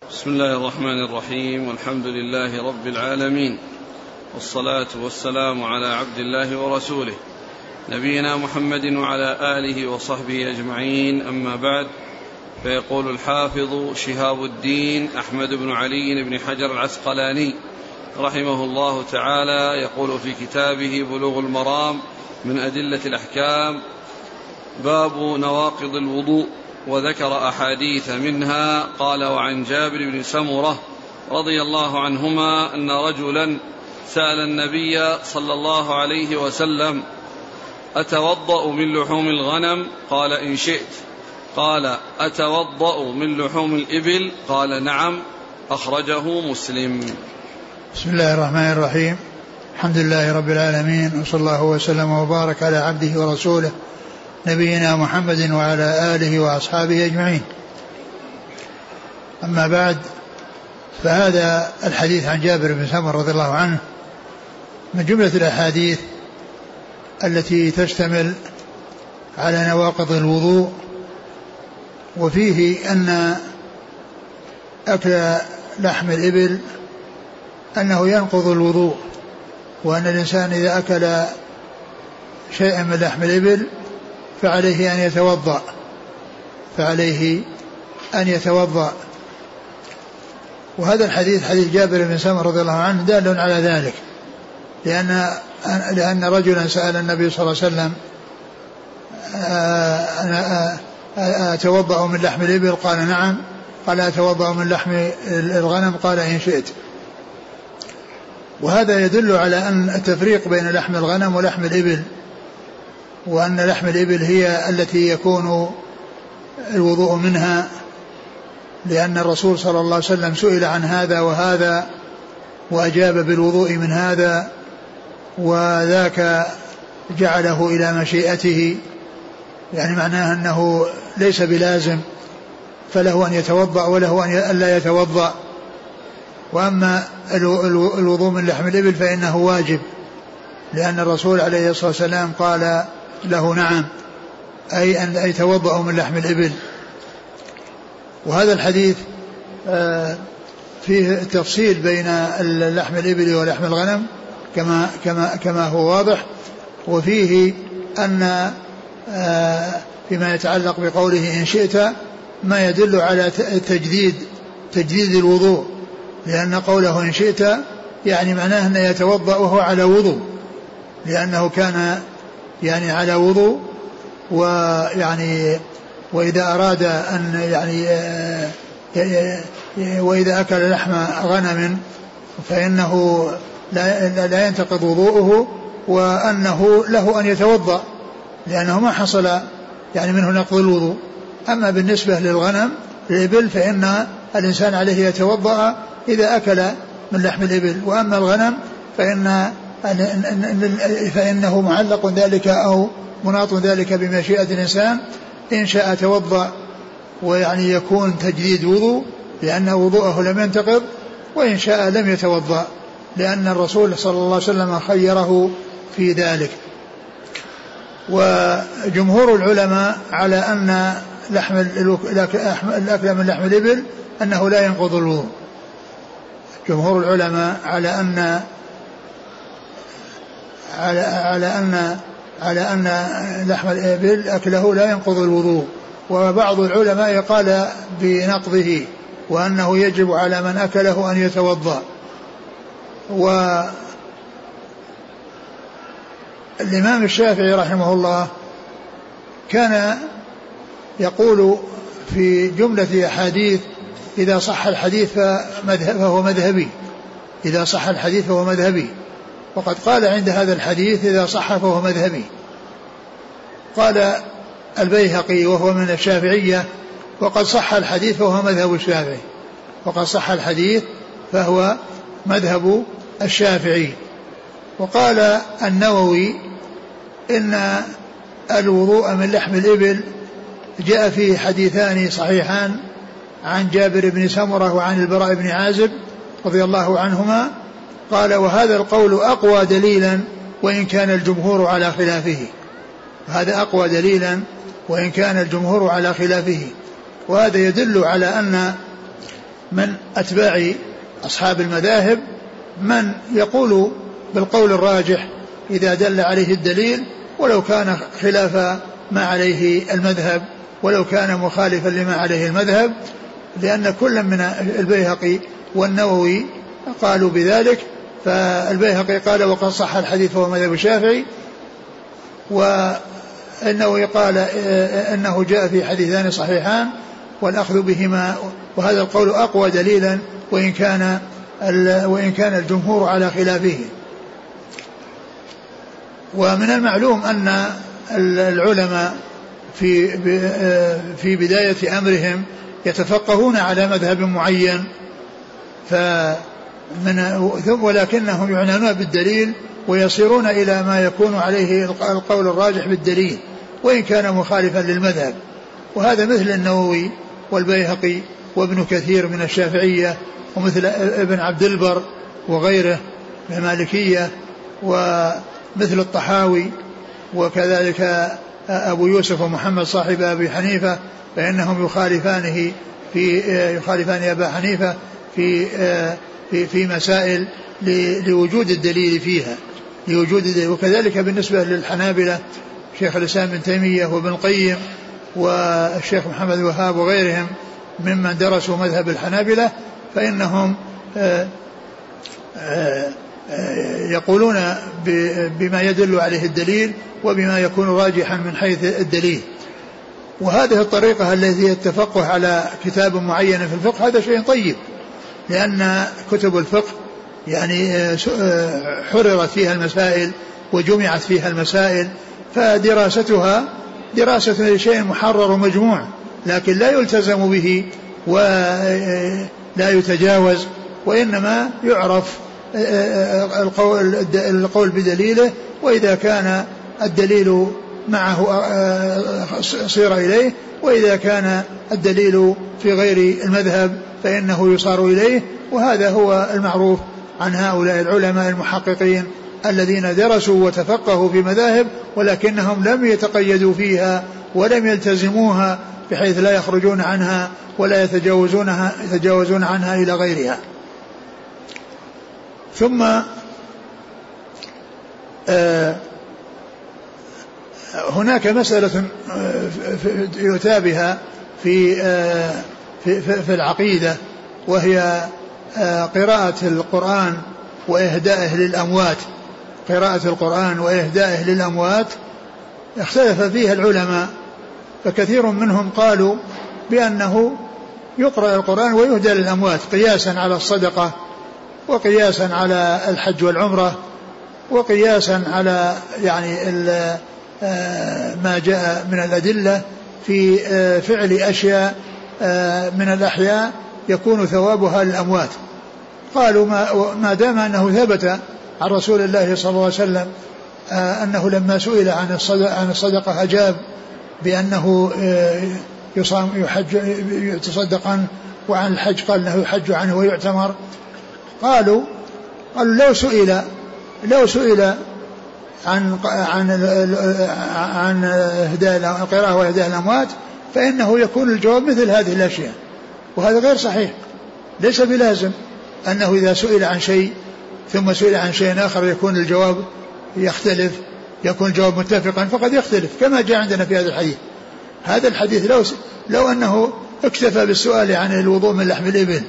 بسم الله الرحمن الرحيم، والحمد لله رب العالمين، والصلاة والسلام على عبد الله ورسوله نبينا محمد وعلى آله وصحبه أجمعين. أما بعد، فيقول الحافظ شهاب الدين أحمد بن علي بن حجر العسقلاني رحمه الله تعالى، يقول في كتابه بلوغ المرام من أدلة الأحكام: باب نواقض الوضوء، وذكر أحاديث منها. قال: وعن جابر بن سمرة رضي الله عنهما أن رجلا سأل النبي صلى الله عليه وسلم: أتوضأ من لحوم الغنم؟ قال: إن شئت. قال: أتوضأ من لحوم الإبل؟ قال: نعم. أخرجه مسلم. بسم الله الرحمن الرحيم، الحمد لله رب العالمين، وصلى الله وسلم وبارك على عبده ورسوله نبينا محمد وعلى آله وأصحابه أجمعين. أما بعد، فهذا الحديث عن جابر بن سمرة رضي الله عنه من جملة الأحاديث التي تشتمل على نواقض الوضوء، وفيه أن أكل لحم الإبل أنه ينقض الوضوء، وأن الإنسان إذا أكل شيئا من لحم الإبل فعليه أن يتوضأ. وهذا الحديث، حديث جابر بن سمرة رضي الله عنه، دال على ذلك، لأن رجلا سأل النبي صلى الله عليه وسلم: أتوضأ من لحم الإبل؟ قال: نعم. قال: أتوضأ من لحم الغنم؟ قال: إن شئت. وهذا يدل على أن التفريق بين لحم الغنم ولحم الإبل، وأن لحم الإبل هي التي يكون الوضوء منها، لأن الرسول صلى الله عليه وسلم سئل عن هذا وهذا وأجاب بالوضوء من هذا، وذاك جعله إلى مشيئته، يعني معناه أنه ليس بلازم، فله أن يتوضأ وله أن لا يتوضأ. وأما الوضوء من لحم الإبل فإنه واجب، لأن الرسول عليه الصلاة والسلام قال له: نعم، أي أن يتوضأ من لحم الإبل. وهذا الحديث فيه تفصيل بين لحم الإبل ولحم الغنم كما هو واضح، وفيه أن فيما يتعلق بقوله إن شئت ما يدل على تجديد الوضوء، لأن قوله إن شئت يعني معناه أنه يتوضأ وهو على وضوء، لأنه كان يعني على وضوء، ويعني وإذا أراد أن وإذا أكل لحم غنم فإنه لا ينتقض وضوءه، وأنه له أن يتوضأ، لأنه ما حصل يعني منه نقض الوضوء. أما بالنسبة للإبل فإن الإنسان عليه يتوضأ إذا أكل من لحم الإبل، وأما الغنم فإنه معلق ذلك أو مناط ذلك بمشيئة الإنسان، إن شاء توضأ ويعني يكون تجديد وضوء لأن وضوءه لم ينتقض، وإن شاء لم يتوضأ، لأن الرسول صلى الله عليه وسلم خيره في ذلك. وجمهور العلماء على أن الأكل من لحم الإبل أنه لا ينقض الوضوء. جمهور العلماء على أن لحم الإبل أكله لا ينقض الوضوء، وبعض العلماء قال بنقضه، وأنه يجب على من أكله أن يتوضأ. والإمام الشافعي رحمه الله كان يقول في جملة أحاديث: إذا صح الحديث فهو مذهبي، إذا صح الحديث فهو مذهبي. وقد قال عند هذا الحديث: إذا صح فهو مذهبي. قال البيهقي وهو من الشافعية: وقد صح الحديث فهو مذهب الشافعي، وقد صح الحديث فهو مذهب الشافعي. وقال النووي: إن الوضوء من لحم الإبل جاء فيه حديثان صحيحان عن جابر بن سمرة وعن البراء بن عازب رضي الله عنهما. قال: وهذا القول أقوى دليلا وإن كان الجمهور على خلافه. هذا أقوى دليلا وإن كان الجمهور على خلافه. وهذا يدل على أن من أتباع أصحاب المذاهب من يقول بالقول الراجح إذا دل عليه الدليل ولو كان خلاف ما عليه المذهب، ولو كان مخالفا لما عليه المذهب، لأن كل من البيهقي والنووي قالوا بذلك. فالبيهقي قال وقد صح الحديث وهو مذهب الشافعي، والنووي قال إنه جاء في حديثان صحيحان والأخذ بهما، وهذا القول أقوى دليلا وإن كان الجمهور على خلافه. ومن المعلوم أن العلماء في بداية أمرهم يتفقهون على مذهب معين، ولكنهم يعنون بالدليل ويصيرون إلى ما يكون عليه القول الراجح بالدليل وإن كان مخالفا للمذهب. وهذا مثل النووي والبيهقي وابن كثير من الشافعية، ومثل ابن عبد البر وغيره من المالكية، ومثل الطحاوي، وكذلك أبو يوسف ومحمد صاحب أبي حنيفة، فإنهم يخالفان أبا حنيفة في مسائل لوجود الدليل فيها، وكذلك بالنسبة للحنابلة شيخ الإسلام ابن تيمية وابن القيم والشيخ محمد الوهاب وغيرهم ممن درسوا مذهب الحنابلة، فإنهم يقولون بما يدل عليه الدليل وبما يكون راجحا من حيث الدليل. وهذه الطريقة التي يتفقه على كتاب معين في الفقه هذا شيء طيب، لأن كتب الفقه يعني حررت فيها المسائل وجمعت فيها المسائل، فدراستها دراسة لشيء محرر ومجموع، لكن لا يلتزم به ولا يتجاوز، وإنما يعرف القول بدليله، وإذا كان الدليل معه صير إليه، وإذا كان الدليل في غير المذهب فإنه يصار إليه. وهذا هو المعروف عن هؤلاء العلماء المحققين الذين درسوا وتفقهوا في مذاهب ولكنهم لم يتقيدوا فيها ولم يلتزموها بحيث لا يخرجون عنها ولا يتجاوزون عنها إلى غيرها. ثم هناك مسألة يتابها في العقيدة، وهي قراءة القرآن وإهدائه للأموات. قراءة القرآن وإهدائه للأموات اختلف فيها العلماء، فكثير منهم قالوا بأنه يقرأ القرآن ويهدى للأموات قياسا على الصدقة، وقياسا على الحج والعمرة، وقياسا على يعني ما جاء من الأدلة في فعل أشياء من الأحياء يكون ثوابها للأموات. قالوا ما دام أنه ثبت عن رسول الله صلى الله عليه وسلم أنه لما سئل عن الصدقة أجاب بأنه يتصدق عنه، وعن الحج قال أنه يحج عنه ويعتمر. قالوا لو سئل عن القراءة وإهداء الأموات فإنه يكون الجواب مثل هذه الأشياء، وهذا غير صحيح. ليس بلازم أنه إذا سئل عن شيء ثم سئل عن شيء آخر يكون الجواب يختلف، يكون الجواب متفقا، فقد يختلف كما جاء عندنا في هذا الحديث. هذا الحديث لو أنه اكتفى بالسؤال عن الوضوء من لحم الإبل،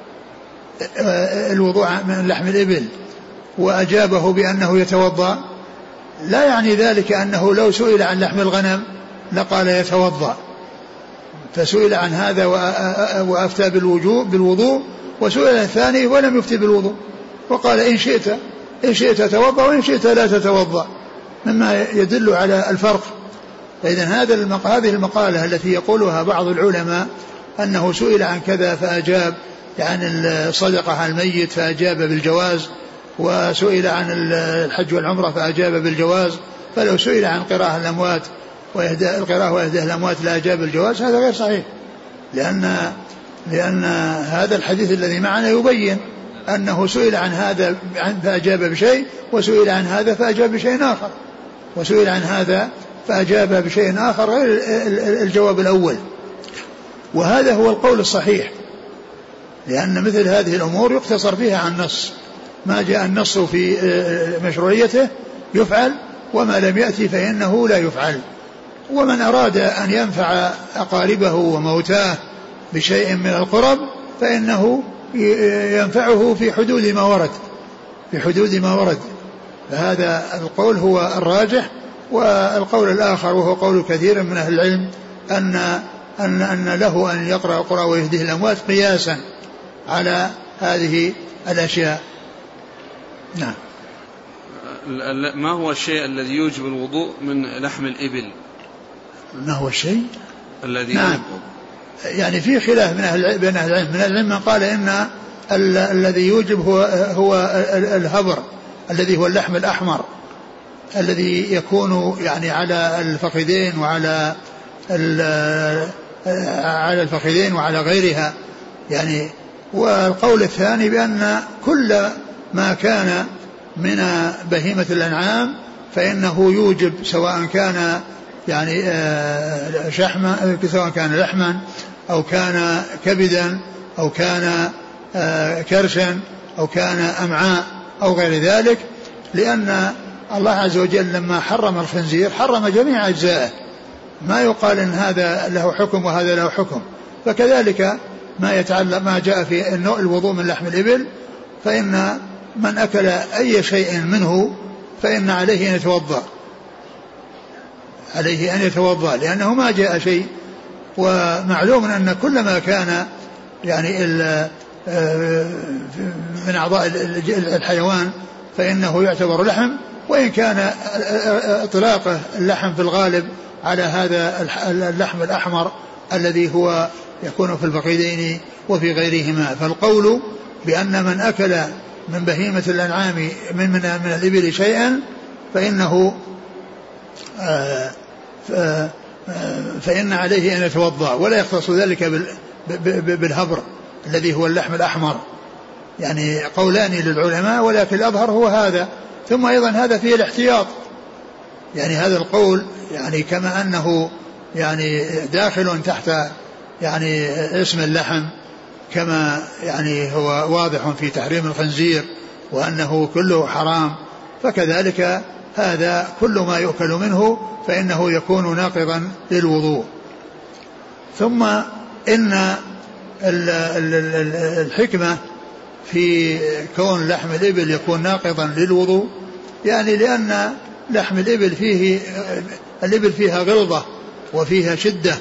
وأجابه بأنه يتوضأ، لا يعني ذلك أنه لو سئل عن لحم الغنم لقال يتوضأ. فسئل عن هذا وأفتى بالوضوء، وسئل الثاني ولم يفتي بالوضوء وقال إن شئت توضأ وإن شئت لا تتوضأ، مما يدل على الفرق. فإذن هذه المقالة التي يقولها بعض العلماء أنه سئل عن كذا فأجاب عن الصدقة على الميت فأجاب بالجواز، وسئل عن الحج والعمرة فأجاب بالجواز، فلو سئل عن قراءة الأموات القراءة وإهداء الأموات لا أجاب الجواز، هذا غير صحيح، لأن هذا الحديث الذي معنا يبين أنه سئل عن هذا فأجاب بشيء، وسئل عن هذا فأجاب بشيء آخر، وسئل عن هذا فأجاب بشيء آخر غير الجواب الأول. وهذا هو القول الصحيح، لأن مثل هذه الأمور يقتصر فيها عن نص، ما جاء النص في مشروعيته يفعل، وما لم يأتي فإنه لا يفعل. ومن أراد أن ينفع أقاربه وموتاه بشيء من القرب فإنه ينفعه في حدود ما ورد، في حدود ما ورد. فهذا القول هو الراجح. والقول الآخر وهو قول كثير من أهل العلم أن له أن يقرأ القرآن ويهديه الأموات قياسا على هذه الأشياء. نعم. ما هو الشيء الذي يوجب الوضوء من لحم الإبل؟ ما هو الشيء الذي نعم يعني في خلاف بين أهل العلم. من العلم من قال إن الذي يوجب هو الهبر الذي هو اللحم الأحمر الذي يكون يعني على الفخذين وعلى الفخذين وعلى غيرها يعني. والقول الثاني بأن كل ما كان من بهيمة الأنعام فإنه يوجب، سواء كان يعني شحما، سواء كان لحما أو كان كبدا أو كان كرشا أو كان أمعاء أو غير ذلك، لأن الله عز وجل لما حرم الخنزير حرم جميع أجزائه، ما يقال إن هذا له حكم وهذا له حكم. فكذلك ما يتعلق ما جاء في الوضوء من لحم الإبل، فإن من أكل أي شيء منه فإن عليه أن يتوضأ، عليه أن يتوضأ لأنه ما جاء شيء. ومعلوم أن كل ما كان يعني من أعضاء الحيوان فإنه يعتبر لحم، وإن كان إطلاق اللحم في الغالب على هذا اللحم الأحمر الذي هو يكون في الفخذين وفي غيرهما. فالقول بأن من أكل من بهيمة الأنعام من الإبل شيئا فإن عليه أن يتوضأ، ولا يختص ذلك بالهبر الذي هو اللحم الأحمر. يعني قولان للعلماء، ولكن الأظهر هو هذا. ثم أيضا هذا فيه الاحتياط، يعني هذا القول يعني كما أنه يعني داخل تحت يعني اسم اللحم، كما يعني هو واضح في تحريم الخنزير وأنه كله حرام، فكذلك هذا كل ما يؤكل منه فإنه يكون ناقضا للوضوء. ثم إن الحكمة في كون لحم الإبل يكون ناقضا للوضوء يعني لأن لحم الإبل فيها غلظة وفيها شدة،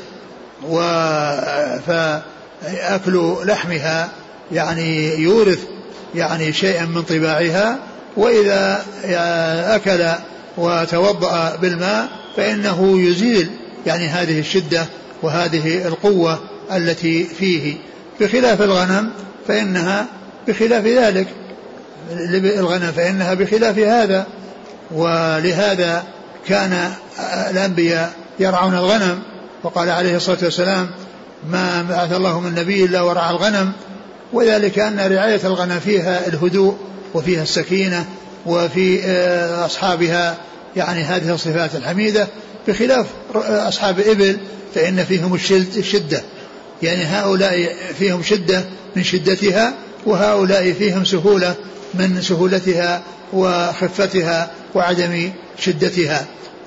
فأكل لحمها يعني يورث يعني شيئا من طباعها، وإذا أكل وتوضأ بالماء فإنه يزيل يعني هذه الشدة وهذه القوة التي فيه، بخلاف الغنم فإنها بخلاف ذلك، الغنم فإنها بخلاف هذا. ولهذا كان الأنبياء يرعون الغنم، وقال عليه الصلاة والسلام ما بعث الله من نبي إلا ورعى الغنم، وذلك أن رعاية الغنم فيها الهدوء وفيها السكينة وفي أصحابها يعني هذه الصفات الحميدة، بخلاف أصحاب الإبل فإن فيهم الشدة، يعني هؤلاء فيهم شدة من شدتها وهؤلاء فيهم سهولة من سهولتها وخفتها وعدم شدتها.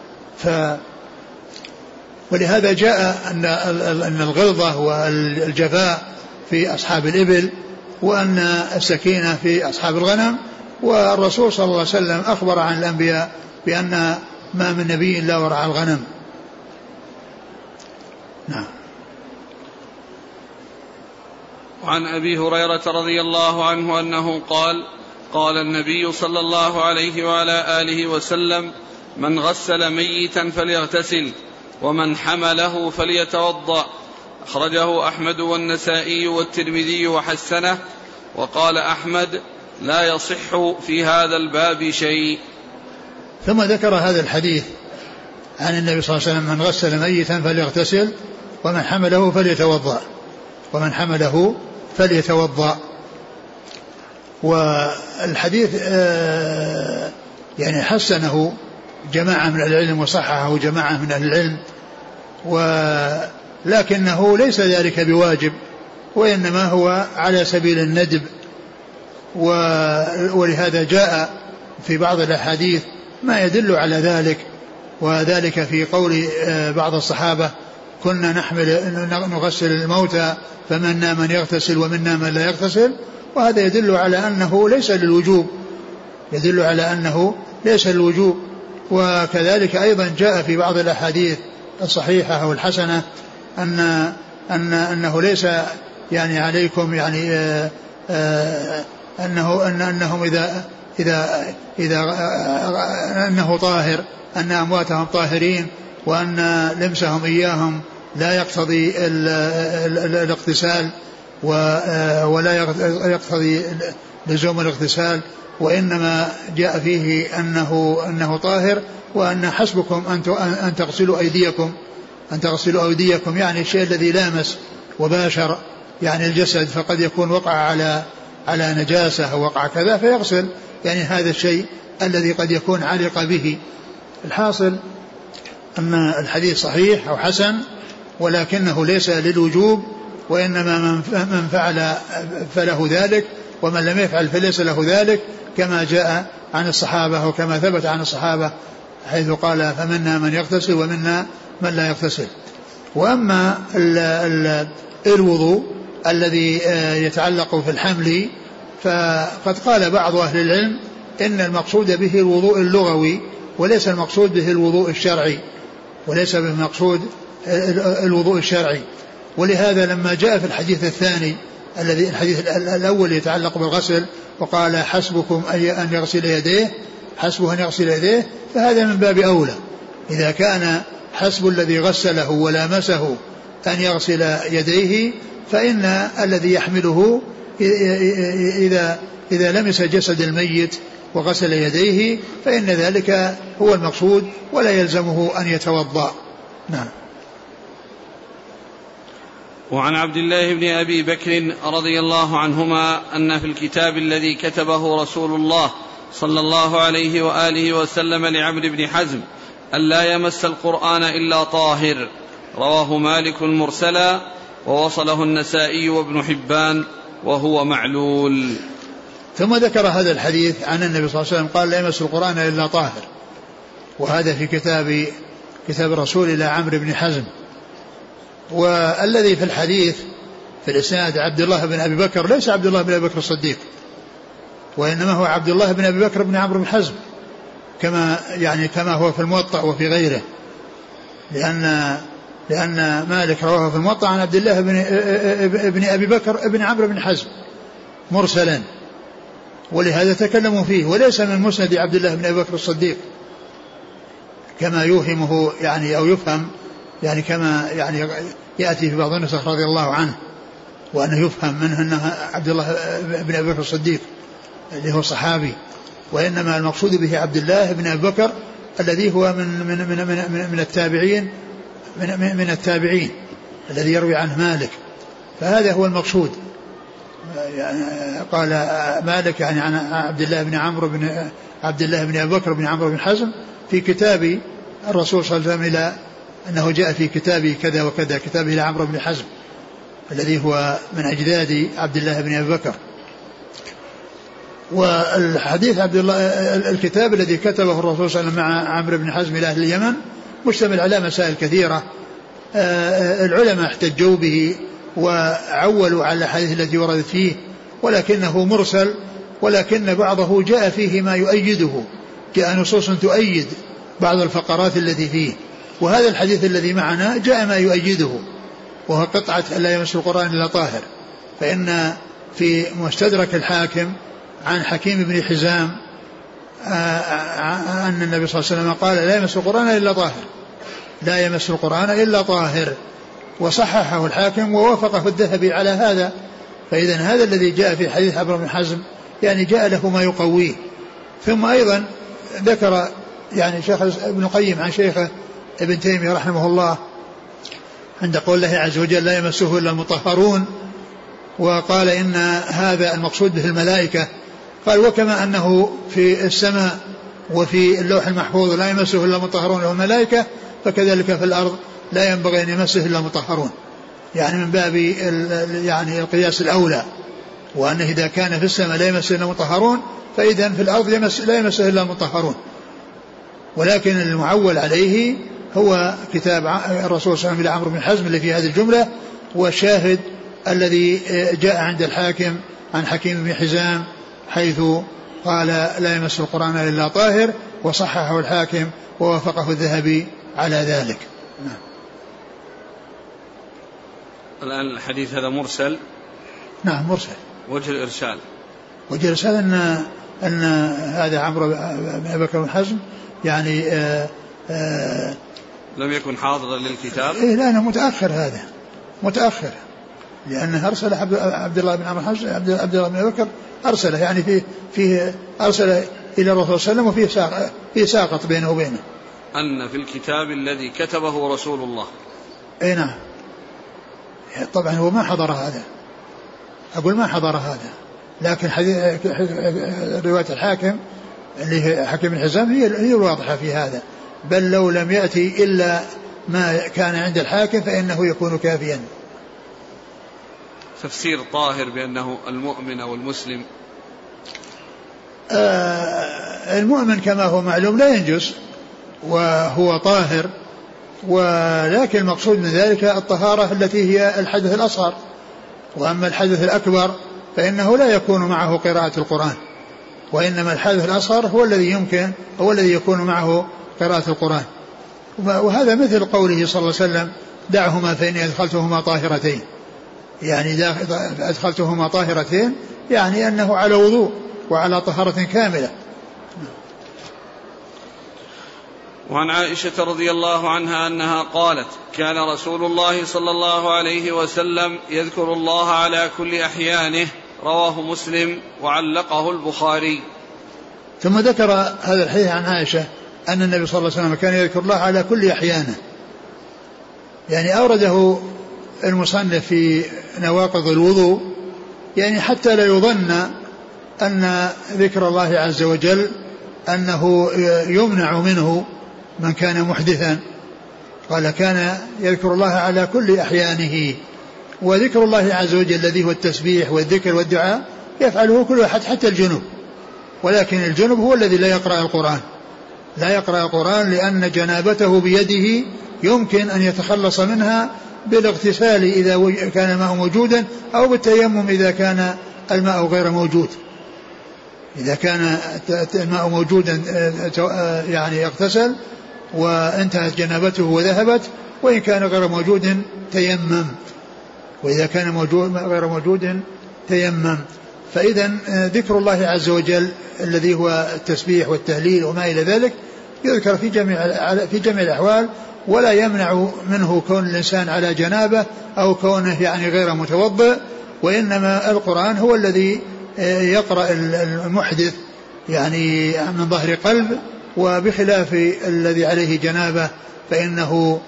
ولهذا جاء أن الغلظة والجفاء في أصحاب الإبل وأن السكينة في أصحاب الغنم. والرسول صلى الله عليه وسلم أخبر عن الأنبياء بأن ما من نبي إلا ورعى الغنم. نعم. وعن أبي هريرة رضي الله عنه أنه قال قال النبي صلى الله عليه وعلى آله وسلم من غسل ميتا فليغتسل ومن حمله فليتوضأ. أخرجه أحمد والنسائي والترمذي وحسنه. وقال أحمد لا يصح في هذا الباب شيء. ثم ذكر هذا الحديث عن النبي صلى الله عليه وسلم من غسل ميتا فليغتسل ومن حمله فليتوضأ، ومن حمله فليتوضأ. والحديث يعني حسنه جماعة من العلم وصححه جماعة من أهل العلم، ولكنه ليس ذلك بواجب، وإنما هو على سبيل الندب. ولهذا جاء في بعض الأحاديث ما يدل على ذلك، وذلك في قول بعض الصحابة كنا نغسل الموتى فمنا من يغتسل ومنا من لا يغتسل، وهذا يدل على أنه ليس للوجوب. وكذلك أيضا جاء في بعض الأحاديث الصحيحة أو الحسنة أنه ليس يعني عليكم يعني أنهم إذا أنه طاهر، أن أمواتهم طاهرين، وأن لمسهم إياهم لا يقتضي الاغتسال ولا يقتضي لزوم الاغتسال، وإنما جاء فيه أنه طاهر، وأن حسبكم أن تغسلوا أيديكم يعني الشيء الذي لامس وباشر يعني الجسد، فقد يكون وقع على نجاسة أو وقع كذا فيغسل يعني هذا الشيء الذي قد يكون علق به. الحاصل أن الحديث صحيح أو حسن، ولكنه ليس للوجوب، وإنما من فعل فله ذلك، ومن لم يفعل فليس له ذلك، كما جاء عن الصحابة وكما ثبت عن الصحابة حيث قال فمنا من يغتسل ومنا من لا يغتسل. وأما الوضوء الذي يتعلق في الحمل فقد قال بعض أهل العلم إن المقصود به الوضوء اللغوي وليس المقصود به الوضوء الشرعي، ولهذا لما جاء في الحديث الثاني الحديث الأول يتعلق بالغسل وقال حسبكم أن يغسل يديه، فهذا من باب أولى. إذا كان حسب الذي غسله ولامسه أن يغسل يديه، فإن الذي يحمله إذا لمس جسد الميت وغسل يديه فإن ذلك هو المقصود، ولا يلزمه أن يتوضأ. نعم. وعن عبد الله بن أبي بكر رضي الله عنهما أن في الكتاب الذي كتبه رسول الله صلى الله عليه وآله وسلم لعمرو بن حزم ألا يمس القرآن إلا طاهر، رواه مالك مرسلا ووصله النسائي وابن حبان وهو معلول. ثم ذكر هذا الحديث عن النبي صلى الله عليه وسلم قال لا يمس القرآن إلا طاهر، وهذا في كتاب الرسول إلى عمرو بن حزم. والذي في الحديث في الإسناد عبد الله بن أبي بكر ليس عبد الله بن أبي بكر الصديق، وإنما هو عبد الله بن أبي بكر بن عمرو بن حزم كما هو في الموطأ وفي غيره، لأن مالك رواه في الموطأ عن عبد الله بن أبي بكر بن عمرو بن حزم مرسلا، ولهذا تكلموا فيه، وليس من مسند عبد الله بن أبي بكر الصديق كما يوهمه يعني أو يفهم يعني كما يعني يأتي في بعض النسخ رضي الله عنه، وأنه يفهم منه أنه عبد الله بن أبي بكر الصديق اللي هو صحابي، وإنما المقصود به عبد الله بن أبي بكر الذي هو من التابعين الذي يروي عنه مالك، فهذا هو المقصود. يعني قال مالك يعني عن عبد الله بن أبي بكر بن عمرو بن حزم في كتاب الرسول صلى الله عليه وسلم إلى أنه جاء في كتابه كذا وكذا، كتابه إلى عمرو بن حزم الذي هو من أجداد عبد الله بن أبي بكر. والحديث عبد الله الكتاب الذي كتبه الرسول صلى الله عليه وسلم مع عمرو بن حزم إلى أهل اليمن مشتمل على مسائل كثيرة، العلماء احتجوا به وعولوا على الحديث التي وردت فيه، ولكنه مرسل، ولكن بعضه جاء فيه ما يؤيده، جاء نصوص تؤيد بعض الفقرات التي فيه، وهذا الحديث الذي معنا جاء ما يؤيده، وهو قطعة لا يمس القرآن إلا طاهر. فإن في مستدرك الحاكم عن حكيم بن حزام أن النبي صلى الله عليه وسلم قال لا يمس القرآن إلا طاهر، لا يمس القرآن إلا طاهر، وصححه الحاكم ووافقه الذهبي على هذا. فإذا هذا الذي جاء في حديث عمرو بن حزم يعني جاء له ما يقويه. ثم أيضا ذكر يعني شيخ ابن القيم عن شيخه ابن تيمية رحمه الله عند قول الله عز وجل لا يمسه إلا المطهرون، وقال إن هذا المقصود به الملائكة، قال وكما أنه في السماء وفي اللوح المحفوظ لا يمسه إلا المطهرون والملائكة، فكذلك في الأرض لا ينبغي أن يمسه إلا المطهرون. يعني من باب يعني القياس الأولى، وأنه إذا كان في السماء لا يمسه إلا المطهرون فإذا في الأرض لا يمسه إلا المطهرون. ولكن المعول عليه هو كتاب الرسول صلى الله عليه وسلم إلى عمرو بن حزم اللي في هذه الجملة، والشاهد الذي جاء عند الحاكم عن حكيم بن حزام حيث قال لا يمس القرآن إلا طاهر، وصححه الحاكم ووافقه الذهبي على ذلك. الآن الحديث هذا مرسل. نعم مرسل. وجه الإرسال أن هذا عمرو بن بكر بن حزم يعني لم يكن حاضرا للكتاب. لأنه متأخر، هذا متأخر، لأنه أرسل عبد الله بن عمرو حزم عبد الله بن بكر أرسله، يعني فيه أرسل إلى الرسول صلى الله عليه وسلم وفيه ساقط بينه وبينه. أن في الكتاب الذي كتبه رسول الله. أي نعم. طبعا هو ما حضر هذا، أقول ما حضر هذا، لكن رواية الحاكم اللي هي حكيم بن حزام هي الواضحة في هذا. بل لو لم يأتي إلا ما كان عند الحاكم فإنه يكون كافيا. تفسير طاهر بأنه المؤمن أو المسلم. المؤمن كما هو معلوم لا ينجس وهو طاهر، ولكن المقصود من ذلك الطهارة التي هي الحدث الأصغر، وأما الحدث الأكبر فإنه لا يكون معه قراءة القرآن، وإنما الحدث الأصغر هو الذي يكون معه قراءة القرآن. وهذا مثل قوله صلى الله عليه وسلم دعهما فإني أدخلتهما طاهرتين، يعني أدخلتهما طاهرتين يعني أنه على وضوء وعلى طهارة كاملة. وعن عائشة رضي الله عنها أنها قالت كان رسول الله صلى الله عليه وسلم يذكر الله على كل أحيانه، رواه مسلم وعلقه البخاري. ثم ذكر هذا الحديث عن عائشة أن النبي صلى الله عليه وسلم كان يذكر الله على كل أحيانه، يعني أورده المصنف في نواقض الوضوء، يعني حتى لا يظن أن ذكر الله عز وجل أنه يمنع منه من كان محدثا. قال كان يذكر الله على كل أحيانه، وذكر الله عز وجل الذي هو التسبيح والذكر والدعاء يفعله كل أحد حتى الجنوب، ولكن الجنوب هو الذي لا يقرأ القرآن لأن جنابته بيده يمكن أن يتخلص منها بالاغتسال إذا كان الماء موجودا، أو بالتيمم إذا كان الماء غير موجود. إذا كان الماء موجودا يعني اغتسل وانتهت جنابته وذهبت، وإن كان غير موجود تيمم، وإذا كان غير موجود تيمم. فإذا ذكر الله عز وجل الذي هو التسبيح والتهليل وما إلى ذلك يذكر في جميع الأحوال، ولا يمنع منه كون الإنسان على جنابه أو كونه يعني غير متوضئ، وإنما القرآن هو الذي يقرأ المحدث يعني من ظهر قلب، وبخلاف الذي عليه جنابه فإنه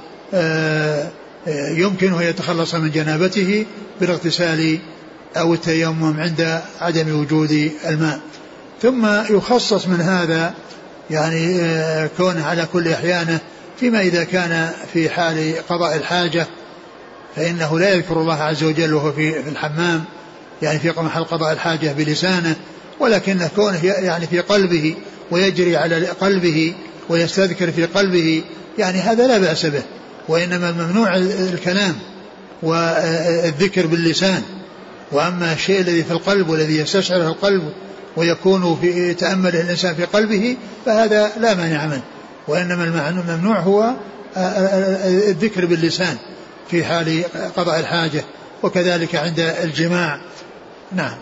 يمكنه يتخلص من جنابته بالاغتسال أو التيمم عند عدم وجود الماء. ثم يخصص من هذا يعني كونه على كل أحيانه، فيما إذا كان في حال قضاء الحاجة فإنه لا يذكر الله عز وجل وهو في الحمام، يعني في محل قضاء الحاجة بلسانه، ولكنه كونه يعني في قلبه ويجري على قلبه ويستذكر في قلبه، يعني هذا لا بأس به. وإنما الممنوع الكلام والذكر باللسان، وأما الشيء الذي في القلب والذي يستشعره القلب ويكون في تأمله الإنسان في قلبه فهذا لا مانع منه، وإنما الممنوع هو الذكر باللسان في حال قضاء الحاجة، وكذلك عند الجماع. نعم.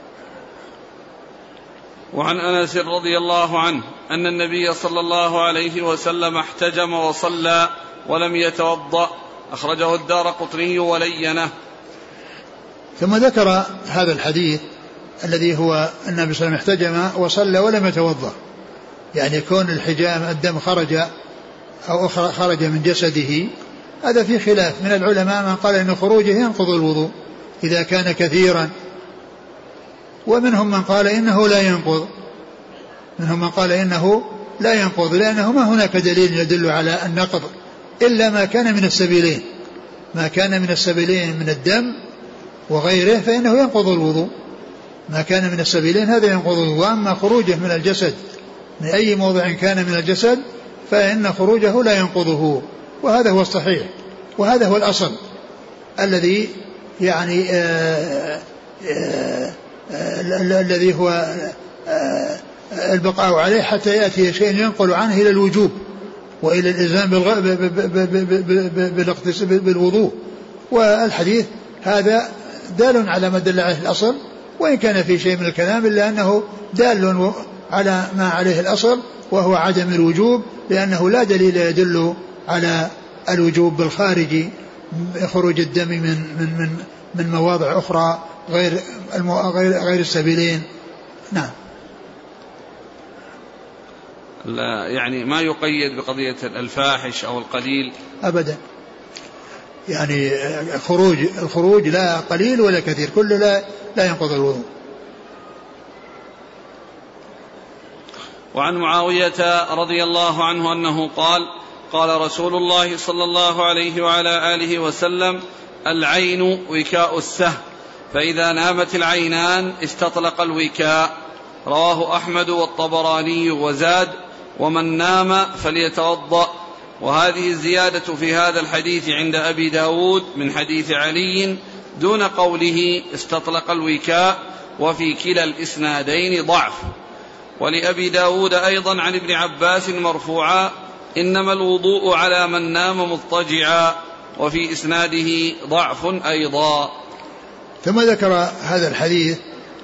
وعن أنس رضي الله عنه أن النبي صلى الله عليه وسلم احتجم وصلى ولم يتوضأ، أخرجه الدارقطني ولينه. ثم ذكر هذا الحديث الذي هو النبي صلى الله عليه وسلم احتجم وصلى ولم يتوضأ، يعني كون الحجام الدم خرج من جسده، هذا في خلاف من العلماء، من قال إن خروجه ينقض الوضوء إذا كان كثيرا، ومنهم من قال إنه لا ينقض، لأنه ما هناك دليل يدل على النقض إلا ما كان من السبيلين، ما كان من السبيلين من الدم وغيره فإنه ينقض الوضوء. ما كان من السبيلين هذا ينقض الوضوء. وأما خروجه من الجسد من أي موضع كان من الجسد فإن خروجه لا ينقضه، وهذا هو الصحيح، وهذا هو الأصل الذي يعني الذي هو البقاء عليه حتى يأتي شيء ينقل عنه إلى الوجوب وإلى الإلزام بالوضوء. والحديث هذا دال على ما دل عليه الأصل، وإن كان في شيء من الكلام إلا أنه دال على ما عليه الأصل وهو عدم الوجوب، لأنه لا دليل يدل على الوجوب بالخارج خروج الدم من مواضع أخرى غير السبيلين. نعم. لا يعني ما يقيد بقضية الفاحش أو القليل أبدا، يعني الخروج لا قليل ولا كثير، كله لا ينقض الوضوء. وعن معاوية رضي الله عنه أنه قال: قال رسول الله صلى الله عليه وعلى آله وسلم: العين وكاء السهم، فإذا نامت العينان استطلق الوكاء. رواه أحمد والطبراني وزاد: ومن نام فليتوضأ. وهذه الزيادة في هذا الحديث عند أبي داود من حديث علي دون قوله استطلق الوكاء، وفي كلا الإسنادين ضعف. ولأبي داود أيضا عن ابن عباس مرفوعا: إنما الوضوء على من نام مضطجعا، وفي إسناده ضعف أيضا. ثم ذكر هذا الحديث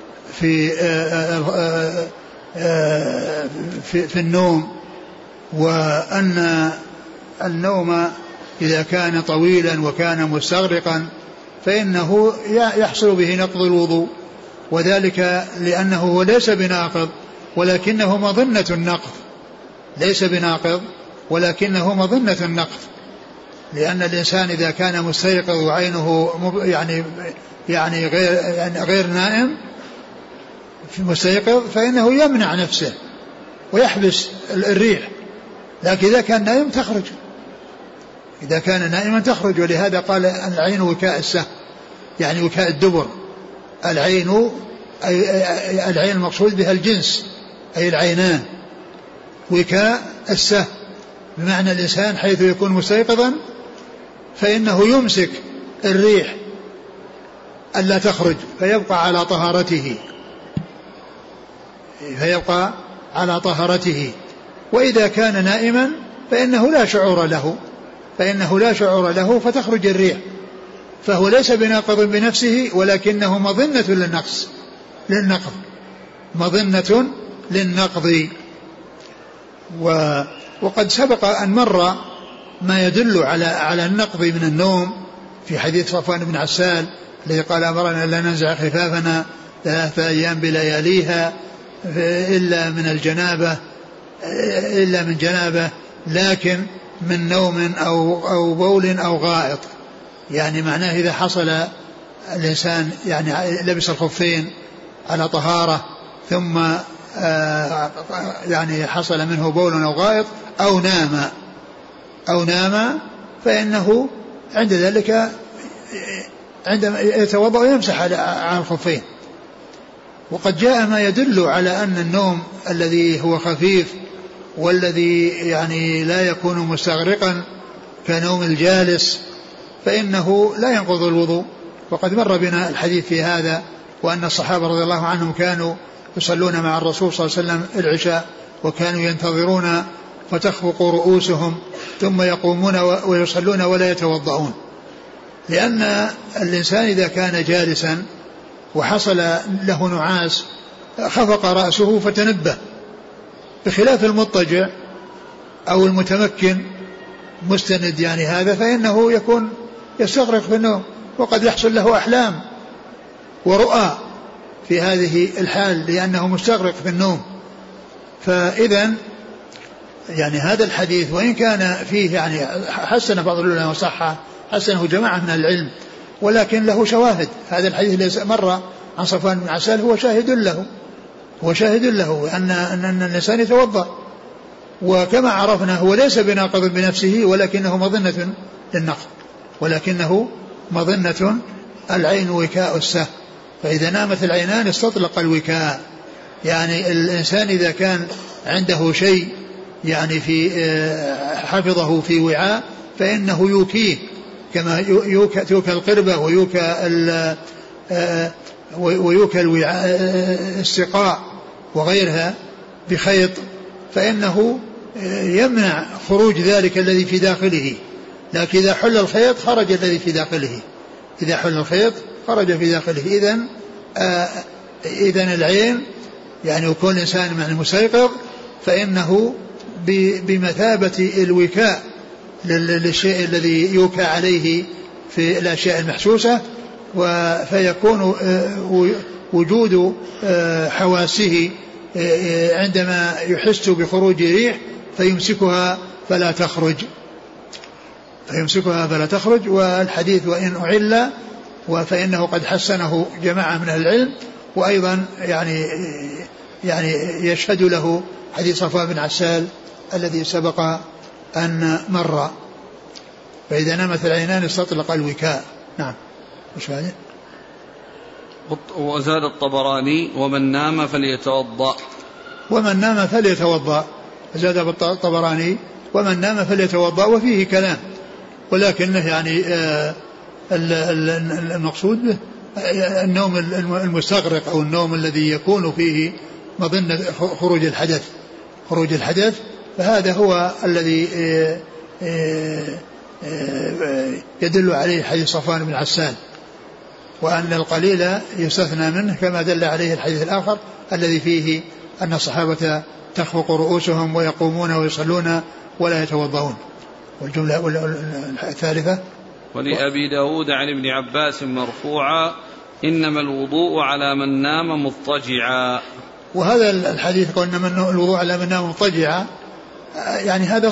في النوم، وأن النوم إذا كان طويلا وكان مستغرقا فإنه يحصل به نقض الوضوء، وذلك لأنه ليس بناقض ولكنه مظنة النقض، ليس بناقض ولكنه مظنة النقض، لأن الإنسان إذا كان مستيقظ وعينه يعني غير نائم في مستيقظ فإنه يمنع نفسه ويحبس الريح، لكن إذا كان نائم تخرج، إذا كان نائما تخرج. ولهذا قال العين وكاء السهم، يعني وكاء الدبر. العين العين المقصود بها الجنس أي العينان، وكاء السهم بمعنى الإنسان حيث يكون مستيقظا فإنه يمسك الريح ألا تخرج فيبقى على طهارته، وإذا كان نائما فإنه لا شعور له فتخرج الريح، فهو ليس بناقض بنفسه ولكنه مظنة للنقض. وقد سبق أن مر ما يدل على النقض من النوم في حديث صفوان بن عسال الذي قال: أمرنا لا ننزع خفافنا 3 أيام بلياليها إلا من جنابة لكن من نوم أو بول أو غائط. يعني معناه إذا حصل الإنسان يعني لبس الخفين على طهارة ثم يعني حصل منه بول أو غائط أو نام فإنه عند ذلك عندما يتوضأ ويمسح على الخفين. وقد جاء ما يدل على أن النوم الذي هو خفيف والذي يعني لا يكون مستغرقا كنوم الجالس فإنه لا ينقض الوضوء. وقد مر بنا الحديث في هذا، وأن الصحابة رضي الله عنهم كانوا يصلون مع الرسول صلى الله عليه وسلم العشاء وكانوا ينتظرون فتخفق رؤوسهم ثم يقومون ويصلون ولا يتوضؤون، لأن الإنسان إذا كان جالسا وحصل له نعاس خفق رأسه فتنبه، بخلاف المضطجع أو المتمكن مستند يعني هذا فإنه يكون يستغرق في النوم، وقد يحصل له أحلام ورؤى في هذه الحال لأنه مستغرق في النوم. فإذا يعني هذا الحديث وإن كان فيه يعني حسن بعض العلماء وصحة حسنه جماعة من العلم، ولكن له شواهد. هذا الحديث الذي مر عن صفوان بن عسال هو شاهد له أن الإنسان يتوضأ، وكما عرفنا هو ليس بناقض بنفسه ولكنه مظنة للنقض. ولكنه مظنة. العين وكاء السهم، فإذا نامت العينان استطلق الوكاء. يعني الإنسان إذا كان عنده شيء يعني في حفظه في وعاء فإنه يوكيه، كما يوكى القربة ويوكى الوعاء السقاء وغيرها بخيط، فإنه يمنع خروج ذلك الذي في داخله. لكن إذا حل الخيط خرج الذي في داخله، إذا حل الخيط خرج في داخله. إذن العين يعني يكون الإنسان مع المستيقظ فإنه بمثابة الوكاء للشيء الذي يوكى عليه في الأشياء المحسوسة، فيكون وجود حواسه عندما يحس بخروج ريح فيمسكها فلا تخرج. والحديث وإن أعل فإنه قد حسنه جماعة من العلم، وأيضا يعني يشهد له حديث صفوان بن عسال الذي سبق أن مر. فإذا نامت العينان استطلق الوكاء. نعم. مش هذا؟ وزاد الطبراني ومن نام فليتوضأ. زاد الطبراني ومن نام فليتوضأ، وفيه كلام، ولكنه يعني المقصود به النوم المستغرق أو النوم الذي يكون فيه مظنة خروج الحدث، فهذا هو الذي يدل عليه حديث صفوان بن عسال، وأن القليل يستثنى منه كما دل عليه الحديث الآخر الذي فيه أن الصحابة تخفق رؤوسهم ويقومون ويصلون ولا يتوضؤون. والجملة الثالثة ولأبي داود عن ابن عباس مرفوعا إنما الوضوء على من نام مضطجعا. وهذا الحديث قلنا من الوضوء على من نام مضطجعا، يعني هذا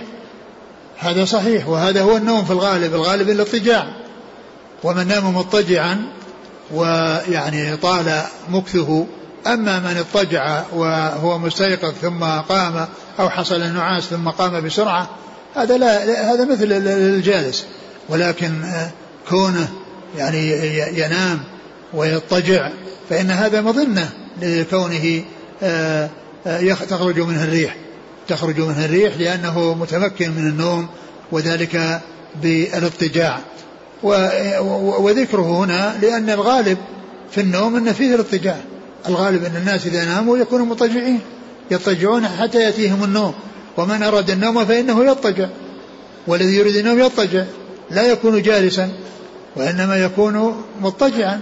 صحيح، وهذا هو النوم في الغالب الاضطجاع. ومن نام مضطجعا ويعني طال مكثه. أما من اضطجع وهو مستيقظ ثم قام أو حصل النعاس ثم قام بسرعة، هذا مثل الجالس. ولكن كونه يعني ينام ويضطجع فإن هذا مظنة لكونه تخرج منه الريح لأنه متمكن من النوم، وذلك بالاضطجاع. وذكره هنا لأن الغالب في النوم أن فيه الاضطجاع. الغالب أن الناس إذا ناموا يكونوا مضطجعين، يضطجعون حتى يأتيهم النوم. ومن أراد النوم فإنه يضطجع، والذي يريد النوم يضطجع، لا يكون جالسا وإنما يكون مضطجعا.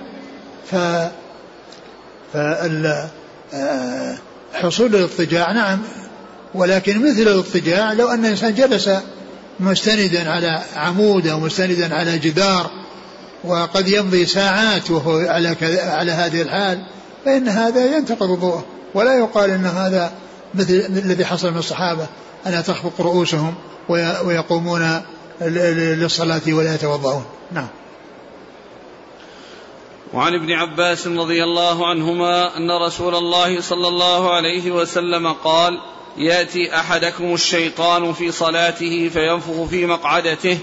حصول الاضطجاع نعم، ولكن مثل الاضطجاع لو أن الإنسان جلس مستندا على عمود أو مستندا على جدار وقد يمضي ساعات وهو على هذه الحال، فإن هذا ينتقض وضوءه. ولا يقال أن هذا مثل الذي حصل من الصحابة أن تخفق رؤوسهم ويقومون للصلاة ولا يتوضؤون. نعم. وعن ابن عباس رضي الله عنهما أن رسول الله صلى الله عليه وسلم قال: يأتي أحدكم الشيطان في صلاته فينفخ في مقعدته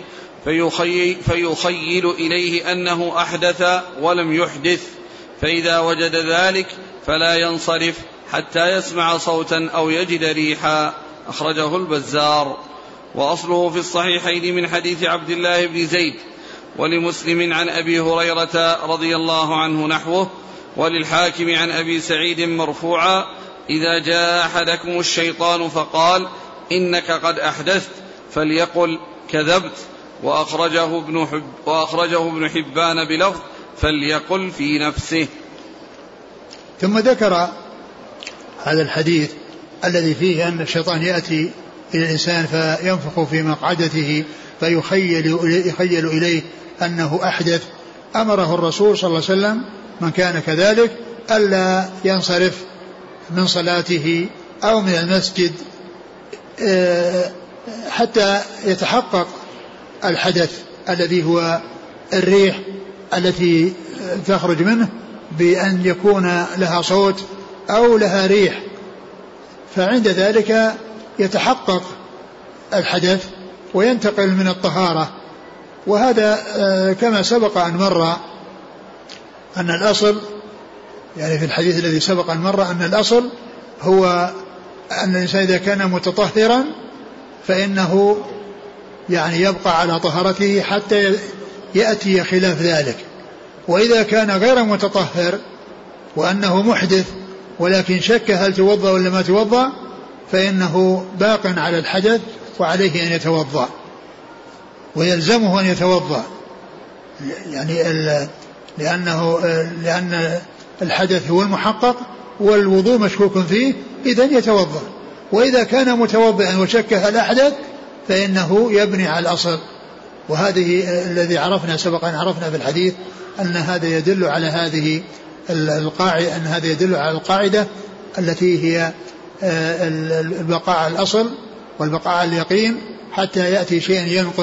فيخيل إليه أنه أحدث ولم يحدث، فإذا وجد ذلك فلا ينصرف حتى يسمع صوتا أو يجد ريحا. أخرجه البزار. وأصله في الصحيحين من حديث عبد الله بن زيد، ولمسلم عن أبي هريرة رضي الله عنه نحوه، وللحاكم عن أبي سعيد مرفوعا: إذا جاء أحدكم الشيطان فقال إنك قد أحدثت فليقل كذبت. وأخرجه ابن حبان بلفظ فليقل في نفسه. ثم ذكر هذا الحديث الذي فيه أن الشيطان يأتي إلى الإنسان فينفخ في مقعدته فيخيل إليه أنه أحدث. أمره الرسول صلى الله عليه وسلم من كان كذلك ألا ينصرف من صلاته أو من المسجد حتى يتحقق الحدث الذي هو الريح التي تخرج منه، بأن يكون لها صوت أو لها ريح، فعند ذلك يتحقق الحدث وينتقل من الطهارة وهذا كما سبق أن مر أن الأصل يعني في الحديث الذي سبق أن مر أن الأصل هو أن الإنسان إذا كان متطهرا فإنه يعني يبقى على طهارته حتى يأتي خلاف ذلك. وإذا كان غير متطهر وأنه محدث ولكن شك هل توضأ ولا ما توضأ فإنه باق على الحدث وعليه أن يتوضأ ويلزمه أن يتوضأ يعني لأن الحدث هو المحقق والوضوء مشكوك فيه إذن يتوضأ. وإذا كان متوضئا وشك هل أحدث فإنه يبني على الأصل. وهذه الذي عرفنا سبقا عرفنا في الحديث أن هذا يدل على هذه القاعدة أن هذا يدل على القاعدة التي هي البقاء على الأصل والبقاء على اليقين حتى يأتي شيء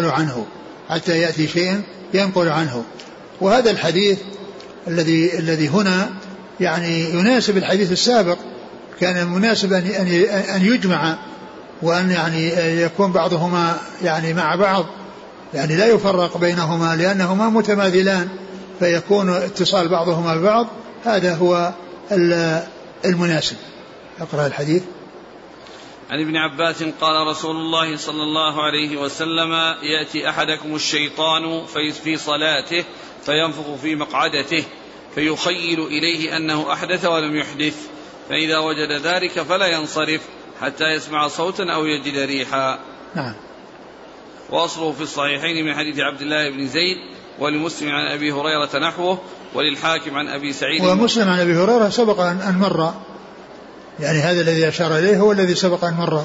ينقل عنه وهذا الحديث الذي هنا يعني يناسب الحديث السابق. كان مناسب أن يجمع وأن يعني يكون بعضهما يعني مع بعض يعني لا يفرق بينهما لأنهما متماثلان فيكون اتصال بعضهما ببعض. هذا هو المناسب. اقرأ الحديث. عن ابن عباس قال رسول الله صلى الله عليه وسلم يأتي أحدكم الشيطان في صلاته فينفخ في مقعدته فيخيل إليه أنه أحدث ولم يحدث فإذا وجد ذلك فلا ينصرف حتى يسمع صوتا أو يجد ريحا. نعم. وأصله في الصحيحين من حديث عبد الله بن زيد ولمسلم عن أبي هريرة نحوه وللحاكم عن أبي سعيد. ومسلم عن أبي هريرة سبق أن مر يعني هذا الذي أشار إليه هو الذي سبق أن مر.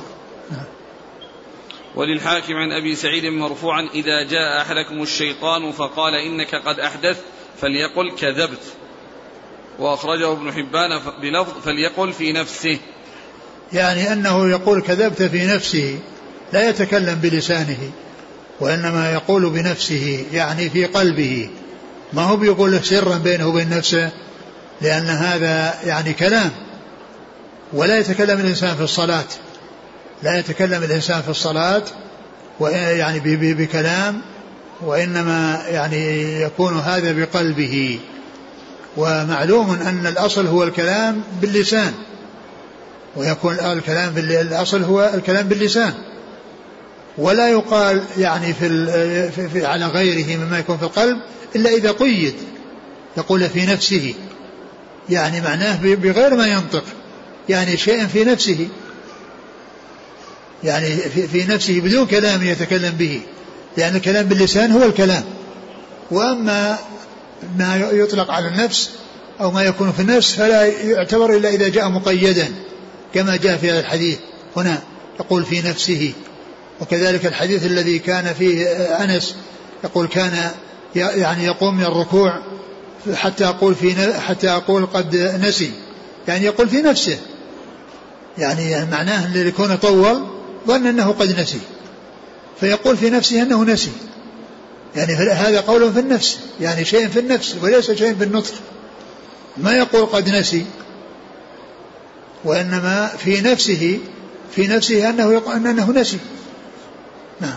وللحاكم عن أبي سعيد مرفوعا إذا جاء أحدكم الشيطان فقال إنك قد أحدث فليقل كذبت. وأخرجه ابن حبان بلفظ فليقل في نفسه يعني أنه يقول كذبت في نفسه لا يتكلم بلسانه وإنما يقول بنفسه يعني في قلبه ما هو بيقول سرا بينه وبين نفسه لأن هذا يعني كلام. ولا يتكلم الإنسان في الصلاة يعني بكلام وإنما يعني يكون هذا بقلبه. ومعلوم أن الأصل هو الكلام باللسان ويكون الأصل هو الكلام باللسان ولا يقال يعني في على غيره مما يكون في القلب إلا إذا قيد يقول في نفسه يعني معناه بغير ما ينطق يعني شيء في نفسه يعني في نفسه بدون كلام يتكلم به لأن الكلام باللسان هو الكلام. وأما ما يطلق على النفس أو ما يكون في النفس فلا يعتبر إلا إذا جاء مقيدا كما جاء في هذا الحديث هنا يقول في نفسه. وكذلك الحديث الذي كان فيه أنس يقول كان يعني يقوم من الركوع حتى أقول قد نسي يعني يقول في نفسه يعني معناه اللي يكون طول ظن أنه قد نسي فيقول في نفسه أنه نسي يعني هذا قول في النفس يعني شيء في النفس وليس شيء في النطق. ما يقول قد نسي وإنما في نفسه أنه نسي. نعم.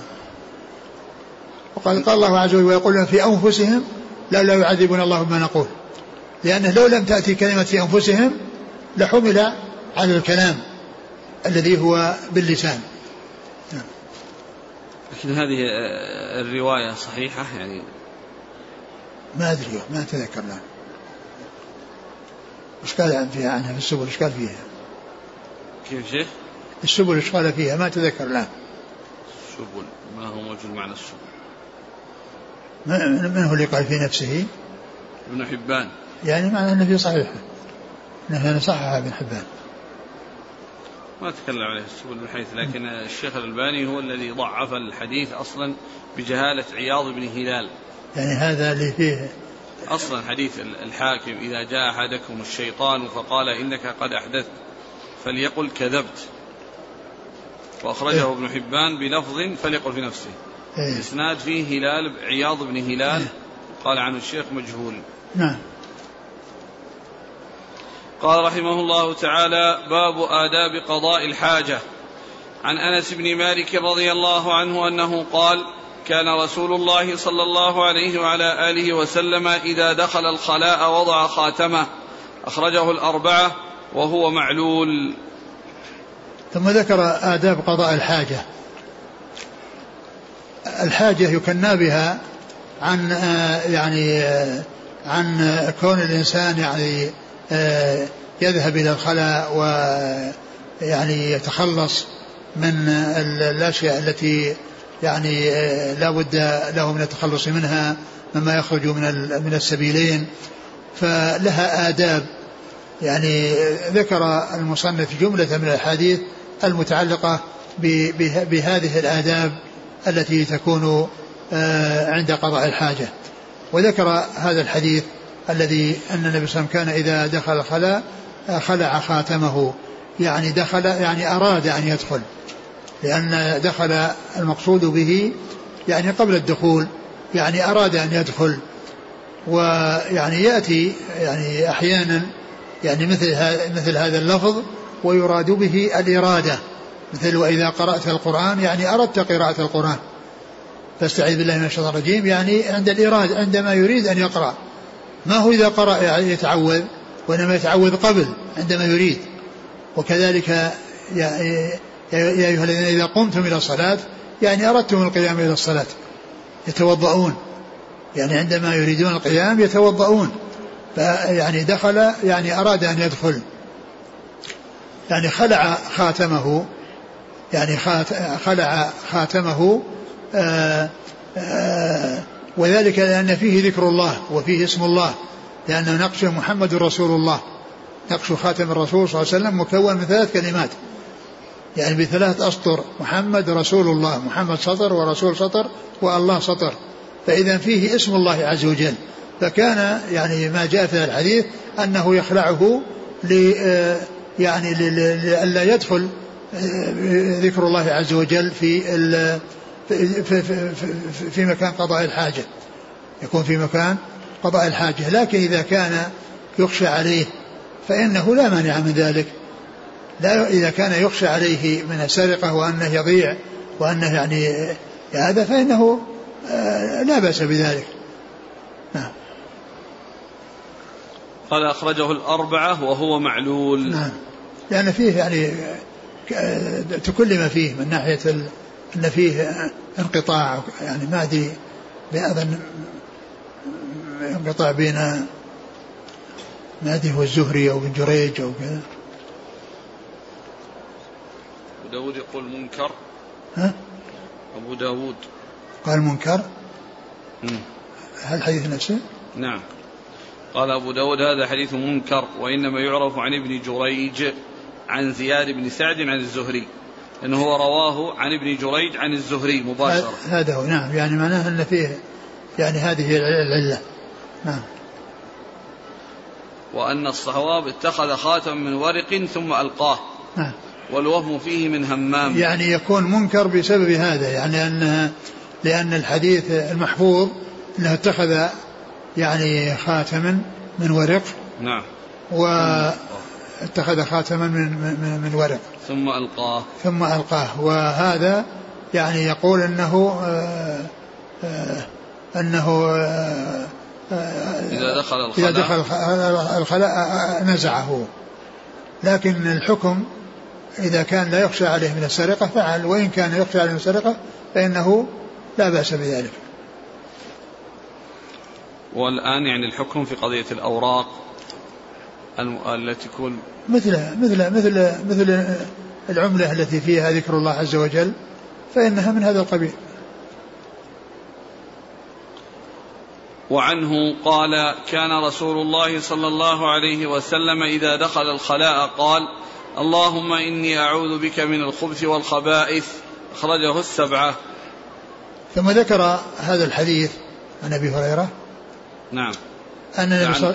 وقال الله عز وجل ويقولون في أنفسهم لا يعذبون الله بما نقول لأنه لو لم تأتي كلمة في أنفسهم لحمل على الكلام الذي هو باللسان. لكن هذه الرواية صحيحة يعني ما أدري ما أتذكر الآن إيش قال فيها عنها في السبل إيش قال فيها كيف شيخ السبل إيش قال فيها ما أتذكر الآن. السبل ما هو موجود معنى السبل من هو اللي قال في نفسه ابن حبان يعني معنى أنه في صحيحة أنه صححها ابن حبان ما تكلم عليه السبل من حيث لكن الشيخ الألباني هو الذي ضعف الحديث أصلا بجهالة عياض بن هلال يعني هذا اللي فيه أصلا حديث الحاكم إذا جاء أحدكم الشيطان فقال إنك قد أحدثت فليقل كذبت. وأخرجه ابن حبان بلفظ فليقل في نفسه إسناد فيه عياض بن هلال قال عنه الشيخ مجهول. نعم. قال رحمه الله تعالى باب آداب قضاء الحاجة. عن أنس بن مالك رضي الله عنه أنه قال كان رسول الله صلى الله عليه وعلى آله وسلم إذا دخل الخلاء وضع خاتمه. أخرجه الأربعة وهو معلول. ثم ذكر آداب قضاء الحاجة. الحاجة يكنى بها عن عن كون الإنسان يذهب إلى الخلاء ويعني يتخلص من الأشياء التي لا بد له من التخلص منها مما يخرج من السبيلين، فلها آداب. ذكر المصنف جملة من الأحاديث المتعلقة بهذه الآداب التي تكون عند قضاء الحاجة. وذكر هذا الحديث الذي أن النبي صلى الله عليه وسلم كان إذا دخل الخلاء خلع خاتمه، دخل أراد أن يدخل، لأن دخل المقصود به قبل الدخول، أراد أن يدخل. يأتي أحيانا مثل هذا اللفظ ويراد به الإرادة، مثل وإذا قرأت القرآن أردت قراءة القرآن، فاستعيذ بالله من الشيطان الرجيم عند الإرادة، عندما يريد أن يقرأ، ما هو إذا قرأ يتعوذ، وإنما يتعوذ قبل عندما يريد. وكذلك يا أيها الذين إذا قمتم إلى الصلاة أردتم القيام إلى الصلاة يتوضؤون، عندما يريدون القيام يتوضؤون، دخل أراد أن يدخل، خلع خاتمه، خلع خاتمه وذلك لأن فيه ذكر الله وفيه اسم الله، لأنه نقش محمد رسول الله، نقش خاتم الرسول صلى الله عليه وسلم مكون من 3 كلمات، ب3 أسطر، محمد رسول الله، محمد سطر ورسول سطر والله سطر، فإذا فيه اسم الله عز وجل. فكان ما جاء في الحديث أنه يخلعه لألا يدخل ذكر الله عز وجل في مكان قضاء الحاجة، يكون في مكان قضاء الحاجة. لكن إذا كان يخشى عليه فإنه لا مانع من ذلك، لا إذا كان يخشى عليه من السرقة وأنه يضيع وأنه هذا فإنه لا بأس بذلك. نعم. قال أخرجه الأربعة وهو معلول. نعم، لأن فيه تكلم فيه من ناحية أن فيه انقطاع، ما أدري بأذن انقطاع بين ما أدري هو الزهري أو بن جريج أو كذا. أبو داود يقول منكر. أبو داود قال منكر. هل الحديث نفسه؟ نعم. قال أبو داود هذا حديث منكر، وإنما يعرف عن ابن جريج عن زياد بن سعد عن الزهري، لأنه هو رواه عن ابن جريج عن الزهري مباشرة. هذا هو. نعم، معناه أن فيه هذه العلة. نعم. وأن الصواب اتخذ خاتم من ورق ثم ألقاه. نعم. والوهم فيه من همام، يكون منكر بسبب هذا، لأن الحديث المحفوظ أنه اتخذ خاتما من ورق. نعم. واتخذ خاتما من ورق ثم ألقاه. وهذا يقول أنه إذا دخل الخلاء نزعه، لكن الحكم إذا كان لا يخشى عليه من السرقة فعل، وإن كان يخشى عليه من السرقة فإنه لا بأس بذلك. والآن الحكم في قضية الأوراق التي تكون مثل العملة التي فيها ذكر الله عز وجل فإنها من هذا القبيل. وعنه قال كان رسول الله صلى الله عليه وسلم إذا دخل الخلاء قال اللهم إني أعوذ بك من الخبث والخبائث. أخرجه السبعة. ثم ذكر هذا الحديث عن أبي هريرة. نعم. عن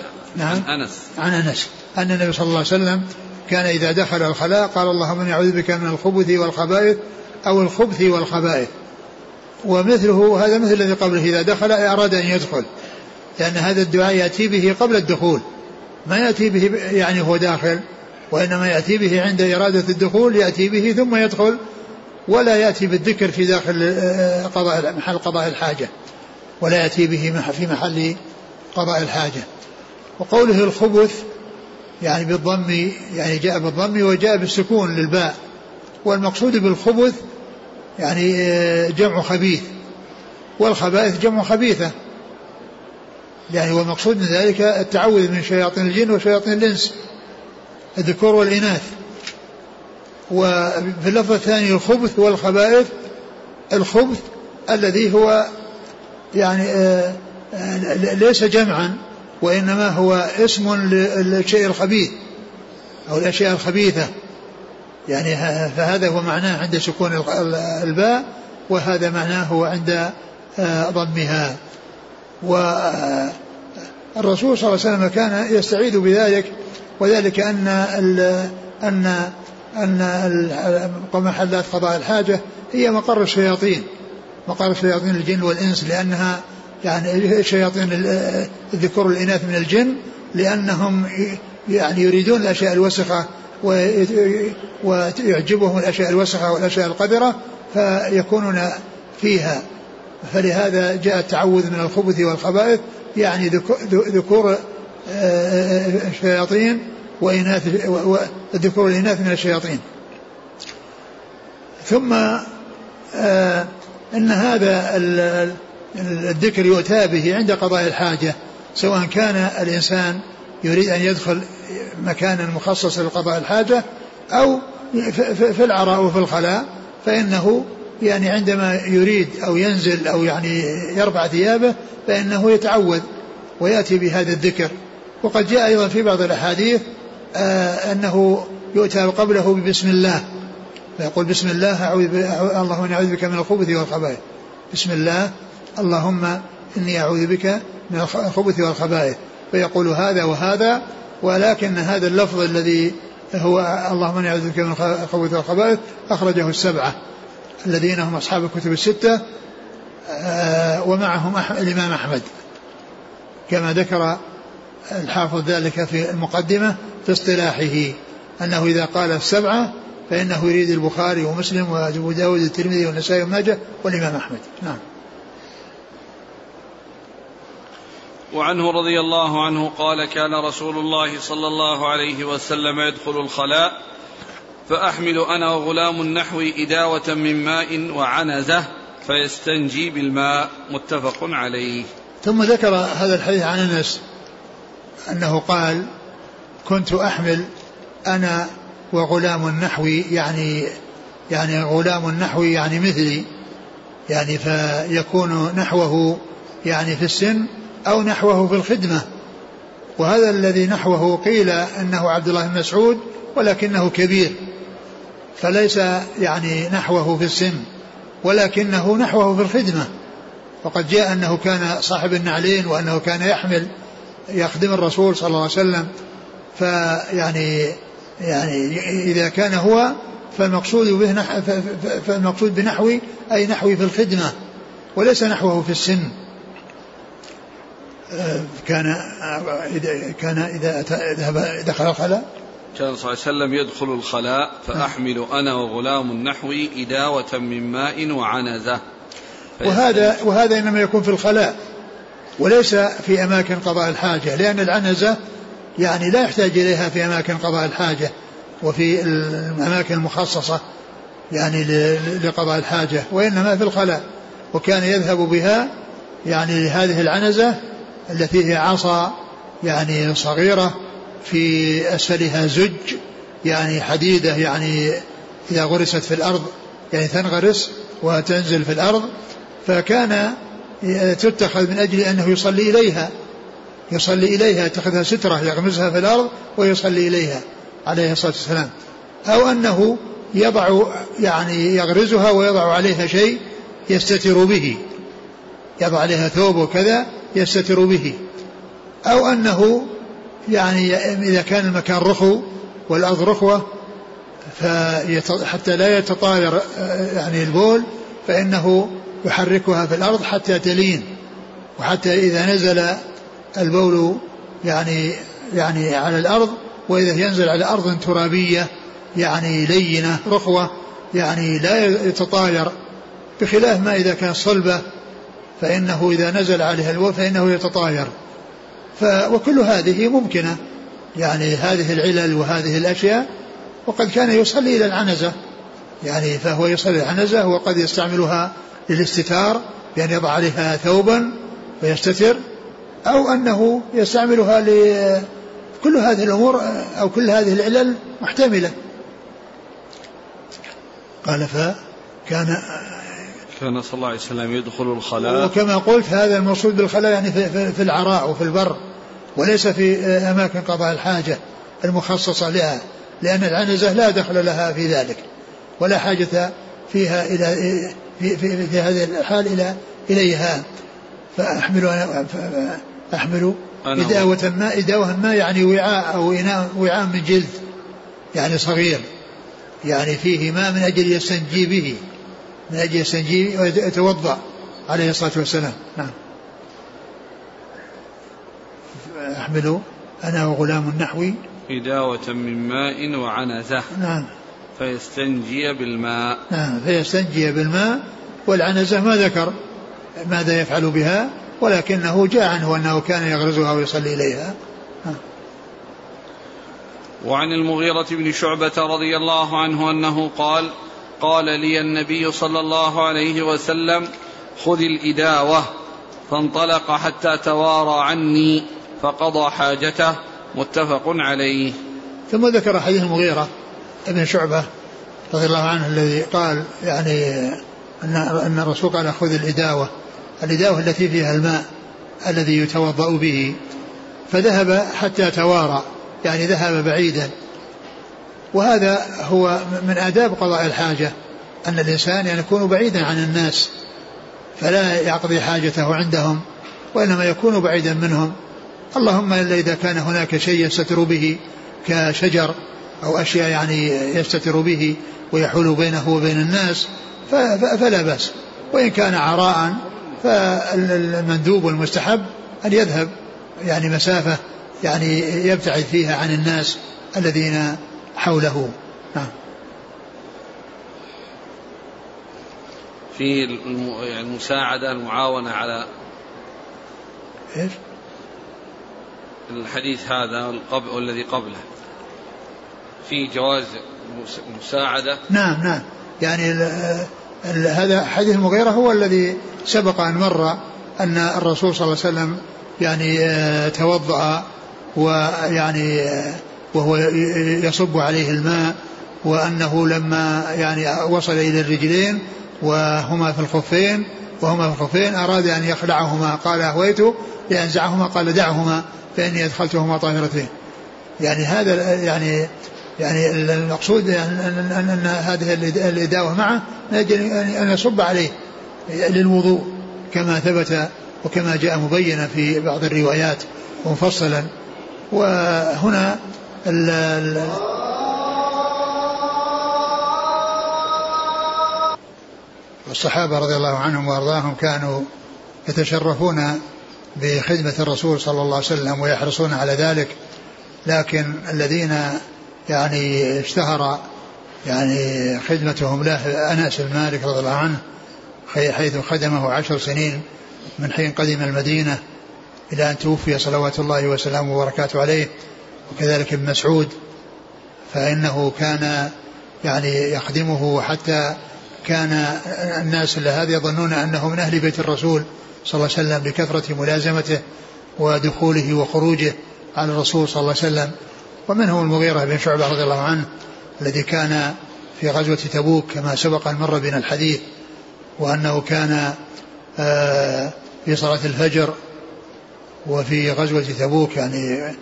أنس أن النبي صلى الله عليه وسلم كان إذا دخل الخلاء قال اللهم إني أعوذ بك من الخبث والخبائث أو الخبث والخبائث. ومثله هذا مثل الذي قبله إذا دخل أراد أن يدخل، لأن هذا الدعاء يأتي به قبل الدخول، ما يأتي به هو داخل، وإنما يأتي به عند إرادة الدخول، يأتي به ثم يدخل ولا يأتي بالذكر في داخل محل قضاء الحاجة، ولا يأتي به في محل قضاء الحاجة. وقوله الخبث يعني بالضم، يعني جاء بالضم وجاء بالسكون للباء، والمقصود بالخبث يعني جمع خبيث، والخبائث جمع خبيثة، يعني والمقصود من ذلك التعوذ من شياطين الجن وشياطين الإنس الذكور والإناث. وفي اللفظ الثاني الخبث والخبائث، الخبث الذي هو يعني ليس جمعا، وإنما هو اسم للشيء الخبيث أو الأشياء الخبيثة، يعني فهذا هو معناه عند سكون الباء، وهذا معناه عند ضمها. والرسول صلى الله عليه وسلم كان يستعيذ بذلك، وذلك أن محلات قضاء الحاجة هي مقر الشياطين، مقر شياطين الجن والإنس، لأنها يعني شياطين الذكور والإناث من الجن، لأنهم يعني يريدون الأشياء الوسخة ويعجبهم الأشياء الوسخة والأشياء القذرة فيكونون فيها. فلهذا جاء التعوذ من الخبث والخبائث، يعني ذكور الشياطين وإناث الذكور والإناث من الشياطين. ثم إن هذا الذكر يؤتى به عند قضاء الحاجة، سواء كان الإنسان يريد أن يدخل مكانا مخصصا لقضاء الحاجة أو في العراء وفي الخلاء، فإنه يعني عندما يريد أو ينزل أو يعني يرفع ثيابه فإنه يتعوذ ويأتي بهذا الذكر. وقد جاء أيضا في بعض الأحاديث أنه يؤتى قبله بسم الله، فيقول بسم الله اللهم إني أعوذ بك من الخبث والخبائث، بسم الله اللهم إني أعوذ بك من الخبث والخبائث، فيقول هذا وهذا. ولكن هذا اللفظ الذي هو اللهم إني أعوذ بك من الخبث والخبائث أخرجه السبعة الذين هم أصحاب الكتب الستة، ومعهم الإمام أحمد، كما ذكر الحافظ ذلك في المقدمة في اصطلاحه، أنه إذا قال السبعة فإنه يريد البخاري ومسلم وأبو داود والترمذي والنسائي وماجه والإمام أحمد. نعم. وعنه رضي الله عنه قال كان رسول الله صلى الله عليه وسلم يدخل الخلاء فأحمل أنا وغلام النحو إداوة من ماء وعنزة فيستنجي بالماء، متفق عليه. ثم ذكر هذا الحديث عن أنس أنه قال كنت أحمل أنا وغلام النحو، يعني غلام النحو يعني مثلي، يعني فيكون نحوه يعني في السن أو نحوه في الخدمة. وهذا الذي نحوه قيل أنه عبد الله بن مسعود ولكنه كبير، فليس يعني نحوه في السن ولكنه نحوه في الخدمة. وقد جاء أنه كان صاحب النعلين وأنه كان يخدم الرسول صلى الله عليه وسلم، فيعني إذا كان هو فالمقصود بنحوي أي نحوي في الخدمة وليس نحوه في السن. كان إذا دخل الخلاء كان صلى الله عليه وسلم يدخل الخلاء فأحمل أنا وغلام النحو إداوة من ماء وعنزة. وهذا إنما يكون في الخلاء وليس في أماكن قضاء الحاجة، لأن العنزة يعني لا يحتاج إليها في أماكن قضاء الحاجة وفي الأماكن المخصصة يعني لقضاء الحاجة، وإنما في الخلاء. وكان يذهب بها يعني لهذه العنزة التي هي عصا يعني صغيرة في أسفلها زج يعني حديدة، يعني إذا غرست في الأرض يعني تنغرس وتنزل في الأرض، فكان تتخذ من أجل أنه يصلي إليها يتخذها سترة يغمزها في الأرض ويصلي إليها عليه الصلاة والسلام، أو أنه يضع يعني يغرزها ويضع عليها شيء يستتر به، يضع عليها ثوب وكذا يستتر به، أو أنه يعني إذا كان المكان رخو والأرض رخوة حتى لا يتطاير يعني البول فإنه يحركها في الأرض حتى تلين، وحتى إذا نزل البول يعني على الأرض، وإذا ينزل على أرض ترابية يعني لينة رخوة يعني لا يتطاير، بخلاف ما إذا كان صلبة فإنه إذا نزل عليها الوضوء فإنه يتطاير. وكل هذه ممكنة، يعني هذه العلل وهذه الأشياء. وقد كان يصلي إلى العنزة، يعني فهو يصلي العنزة وقد يستعملها للاستتار بأن يضع عليها ثوبا ويستتر، أو أنه يستعملها كل هذه الأمور أو كل هذه العلل محتملة. قال فكان صلى الله عليه وسلم يدخل الخلاء، وكما قلت هذا المقصود بالخلاء يعني في العراء وفي البر، وليس في أماكن قضاء الحاجة المخصصة لها، لأن العنزة لا دخل لها في ذلك ولا حاجة فيها في هذه الحال إليها. فأحمل إداوة ما يعني وعاء أو وعاء من جلد يعني صغير، يعني فيه ماء من أجل يستنجي به، من أجل يستنجي ويتوضأ عليه الصلاة والسلام. نعم. أحمل أنا وغلام نحوي إداوة من ماء وعنزة. نعم. فيستنجي بالماء. نعم، فيستنجي بالماء. والعنزة ما ذكر ماذا يفعل بها، ولكنه جاء عنه أنه كان يغرزها ويصلي إليها. وعن المغيرة بن شعبة رضي الله عنه أنه قال لي النبي صلى الله عليه وسلم خذ الإداوة، فانطلق حتى توارى عني فقضى حاجته. متفق عليه. ثم ذكر حديث المغيرة بن شعبة رضي الله عنه الذي قال يعني أن الرسول قال خذ الإداوة التي فيها الماء الذي يتوضأ به، فذهب حتى توارى، يعني ذهب بعيدا. وهذا هو من آداب قضاء الحاجة، أن الإنسان يعني يكون بعيدا عن الناس، فلا يقضي حاجته عندهم وإنما يكون بعيدا منهم، اللهم إلا إذا كان هناك شيء يستتر به كشجر أو أشياء يعني يستتر به ويحول بينه وبين الناس فلا بأس. وإن كان عراء فالمندوب والمستحب أن يذهب يعني مسافة يعني يبتعد فيها عن الناس الذين حوله. نعم. في المساعدة المعاونة على إيش؟ الحديث هذا والذي قبله في جواز مساعدة. نعم يعني هذا حديث المغيرة هو الذي سبق أن مر أن الرسول صلى الله عليه وسلم يعني توضأ ويعني وهو يصب عليه الماء، وأنه لما يعني وصل إلى الرجلين وهما في الخفين أراد أن يخلعهما، قال أهويت لأنزعهما، قال دعهما فإني أدخلتهما طاهرتين. يعني هذا يعني المقصود أن هذه الإداوة معه أن يصب عليه للوضوء كما ثبت وكما جاء مبينا في بعض الروايات ومفصلا. وهنا الصحابة رضي الله عنهم وأرضاهم كانوا يتشرفون بخدمة الرسول صلى الله عليه وسلم ويحرصون على ذلك، لكن الذين يعني اشتهر يعني خدمتهم له أنس بن مالك رضي الله عنه، حيث خدمه 10 سنين من حين قدم المدينة إلى أن توفي صلوات الله وسلامه وبركاته عليه. وكذلك ابن مسعود فإنه كان يعني يخدمه، حتى كان الناس هذا يظنون أنه من أهل بيت الرسول صلى الله عليه وسلم لكثرة ملازمته ودخوله وخروجه على الرسول صلى الله عليه وسلم. ومنهم المغيرة بن شعبة رضي الله عنه الذي كان في غزوة تبوك كما سبق أن مر بنا الحديث، وأنه كان في صلاة الفجر وفي غزوة تبوك يعني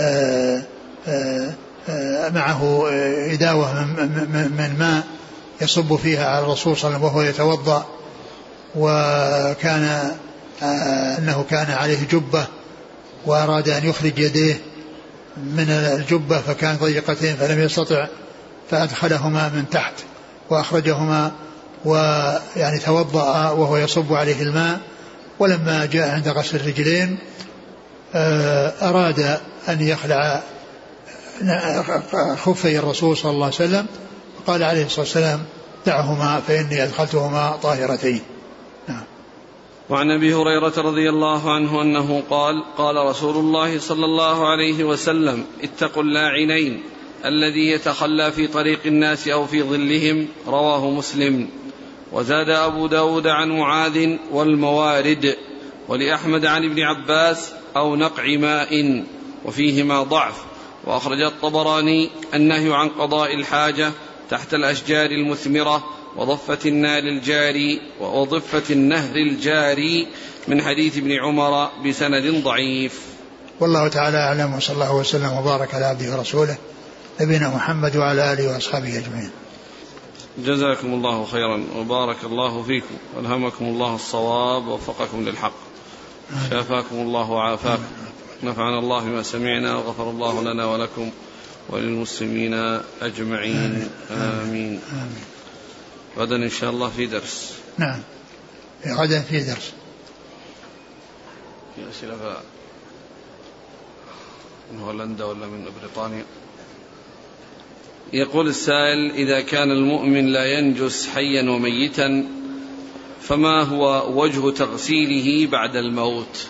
معه إداوة من ماء يصب فيها على الرسول صلى الله عليه وسلم وهو يتوضأ، وكان أنه كان عليه جبة وأراد أن يخرج يديه من الجبة فكان ضيقتين فلم يستطع، فأدخلهما من تحت وأخرجهما ويعني توضأ وهو يصب عليه الماء. ولما جاء عند غسل الرجلين أراد أن يخلع خفي الرسول صلى الله عليه وسلم، قال عليه الصلاة والسلام دعهما فإني أدخلتهما طاهرتين. وعن أبي هريرة رضي الله عنه أنه قال قال رسول الله صلى الله عليه وسلم اتقوا اللاعنين الذي يتخلى في طريق الناس أو في ظلهم. رواه مسلم. وزاد أبو داود عن معاذ والموارد، ولأحمد عن ابن عباس أو نقع ماء، وفيهما ضعف. وأخرج الطبراني النهي عن قضاء الحاجة تحت الأشجار المثمرة وضفة النهر الجاري من حديث ابن عمر بسند ضعيف. والله تعالى أعلم، وصلى الله وسلم وبارك على عبده ورسوله نبينا محمد وعلى آله وأصحابه أجمعين. جزاكم الله خيرا وبارك الله فيكم والهمكم الله الصواب ووفقكم للحق، شافاكم الله وعافاكم، نفعنا الله بما سمعنا وغفر الله لنا ولكم وللمسلمين أجمعين. آمين. غدا إن شاء الله في درس. نعم غدا في درس. في أسئلة من هولندا ولا من بريطانيا؟ يقول السائل: إذا كان المؤمن لا ينجس حيا وميتا فما هو وجه تغسيله بعد الموت؟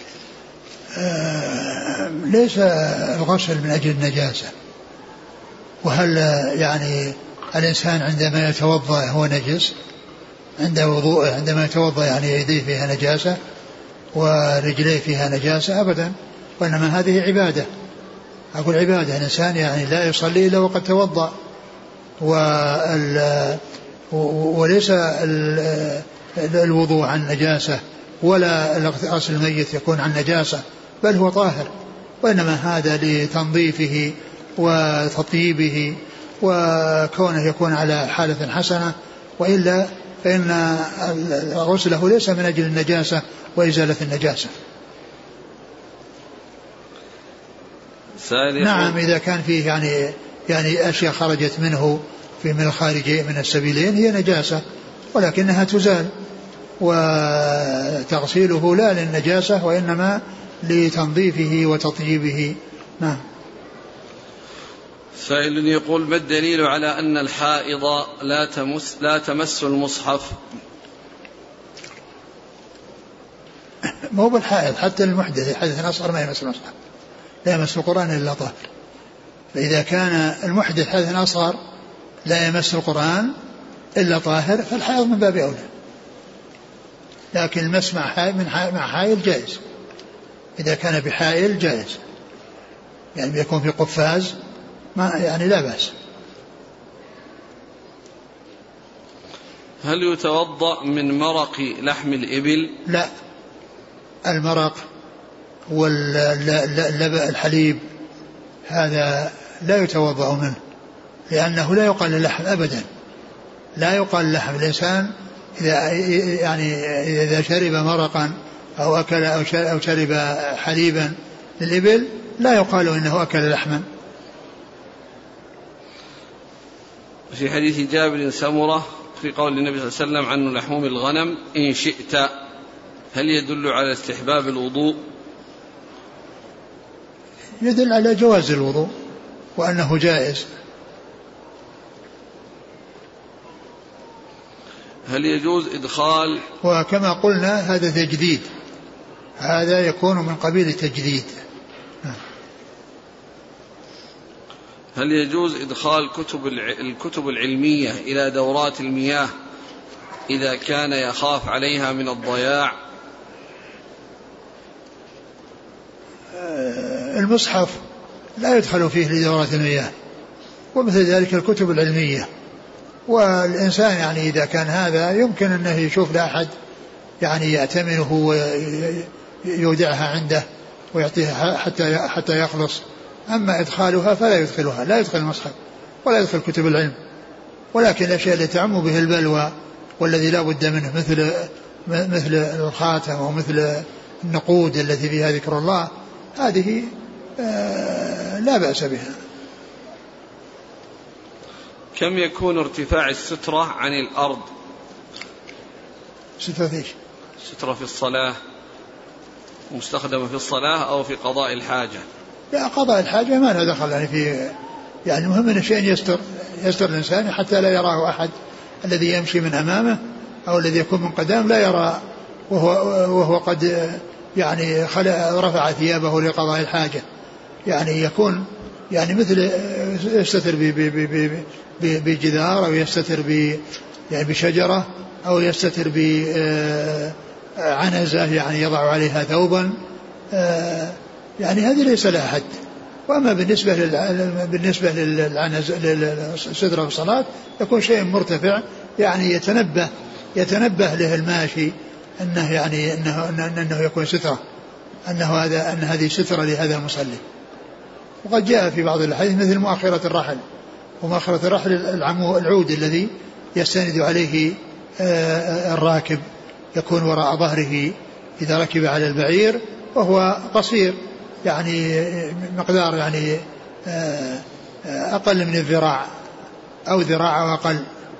ليس الغسل من أجل النجاسة. وهل يعني الإنسان عندما يتوضأ هو نجس؟ عند وضوء عندما يتوضأ يعني يديه فيها نجاسة ورجليه فيها نجاسة؟ أبدا، وإنما هذه عبادة. أقول عبادة، الإنسان يعني لا يصلي إلا وقد توضأ، وليس الوضوء عن نجاسة ولا غسل الميت يكون عن نجاسة، بل هو طاهر، وإنما هذا لتنظيفه وتطييبه وكونه يكون على حالة حسنة، وإلا فإن غسله ليس من أجل النجاسة وإزالة النجاسة. نعم إذا كان فيه يعني أشياء خرجت منه من الخارج من السبيلين هي نجاسة، ولكنها تزال، وتغسيله لا للنجاسة وإنما لتنظيفه وتطييبه. نعم. سائل يقول: ما الدليل على أن الحائض لا تمس المصحف؟ مو بالحائض، حتى المحدث حدث أصغر ما يمس المصحف، لا يمس القرآن إلا طاهر. فإذا كان المحدث حدث أصغر لا يمس القرآن إلا طاهر فالحائض من باب أولى. لكن المس مع حائل جائز، إذا كان بحائل جائز، يعني بيكون في قفاز ما يعني لا بأس. هل يتوضأ من مرق لحم الإبل؟ لا، المرق والحليب هذا لا يتوضأ منه، لأنه لا يقال اللحم أبدا، لا يقال اللحم. الإنسان إذا شرب مرقا أو أكل أو شرب حليبا للإبل لا يقال إنه أكل لحما. في حديث جابر سمرة في قول النبي صلى الله عليه وسلم عن لحوم الغنم إن شئت، هل يدل على استحباب الوضوء؟ يدل على جواز الوضوء وأنه جائز. هل يجوز إدخال؟ وكما قلنا هذا تجديد، هذا يكون من قبيل التجديد. هل يجوز إدخال الكتب العلمية إلى دورات المياه إذا كان يخاف عليها من الضياع؟ المصحف لا يدخل فيه لدورات المياه، ومثل ذلك الكتب العلمية. والإنسان يعني إذا كان هذا يمكن أنه يشوف لأحد يعني يأتمنه ويودعها عنده ويعطيها حتى يخلص. أما إدخالها فلا يدخلها، لا يدخل المصحف ولا يدخل كتب العلم. ولكن الأشياء التي تعم به البلوى والذي لا بد منه مثل الخاتم ومثل النقود التي فيها ذكر الله، هذه لا بأس بها. كم يكون ارتفاع السترة عن الأرض؟ سترة إيش؟ سترة في الصلاة، مستخدمة في الصلاة أو في قضاء الحاجة؟ لا، قضاء الحاجة ما له دخل يعني في، يعني المهم أن شيء يستر الإنسان حتى لا يراه أحد الذي يمشي من أمامه أو الذي يكون من قدام لا يرى وهو قد يعني رفع ثيابه لقضاء الحاجة، يعني يكون يعني مثل يستتر بجدار أو يستتر يعني بشجرة أو يستتر بعنزة يعني يضع عليها ثوبا، يعني هذه ليس لها حد. وأما بالنسبة للسترة في الصلاة يكون شيء مرتفع يعني يتنبه له الماشي أنه يعني أنه يكون سترة، أن هذه سترة لهذا المصلي. وقد جاء في بعض الحديث مثل مؤخرة الرحل، ومؤخرة الرحل العود الذي يستند عليه الراكب يكون وراء ظهره إذا ركب على البعير، وهو قصير يعني مقدار يعني أقل من الذراع أو ذراع أو أقل.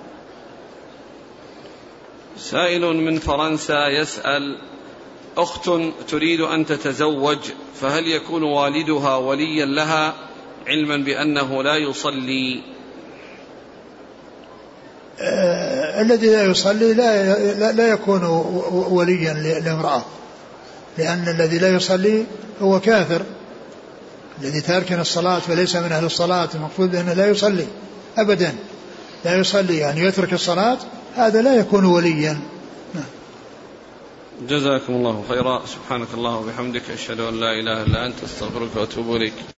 سائل من فرنسا يسأل: أخت تريد أن تتزوج، فهل يكون والدها وليا لها علما بأنه لا يصلي؟ الذي لا يصلي لا يكون وليا لامرأة، لأن الذي لا يصلي هو كافر، الذي تاركن الصلاة وليس من أهل الصلاة المقصود أنه لا يصلي أبدا، لا يصلي يعني يترك الصلاة، هذا لا يكون وليا. جزاكم الله خيرا. سبحانك الله وبحمدك، أشهد أن لا إله إلا أنت، أستغفرك وأتوب إليك.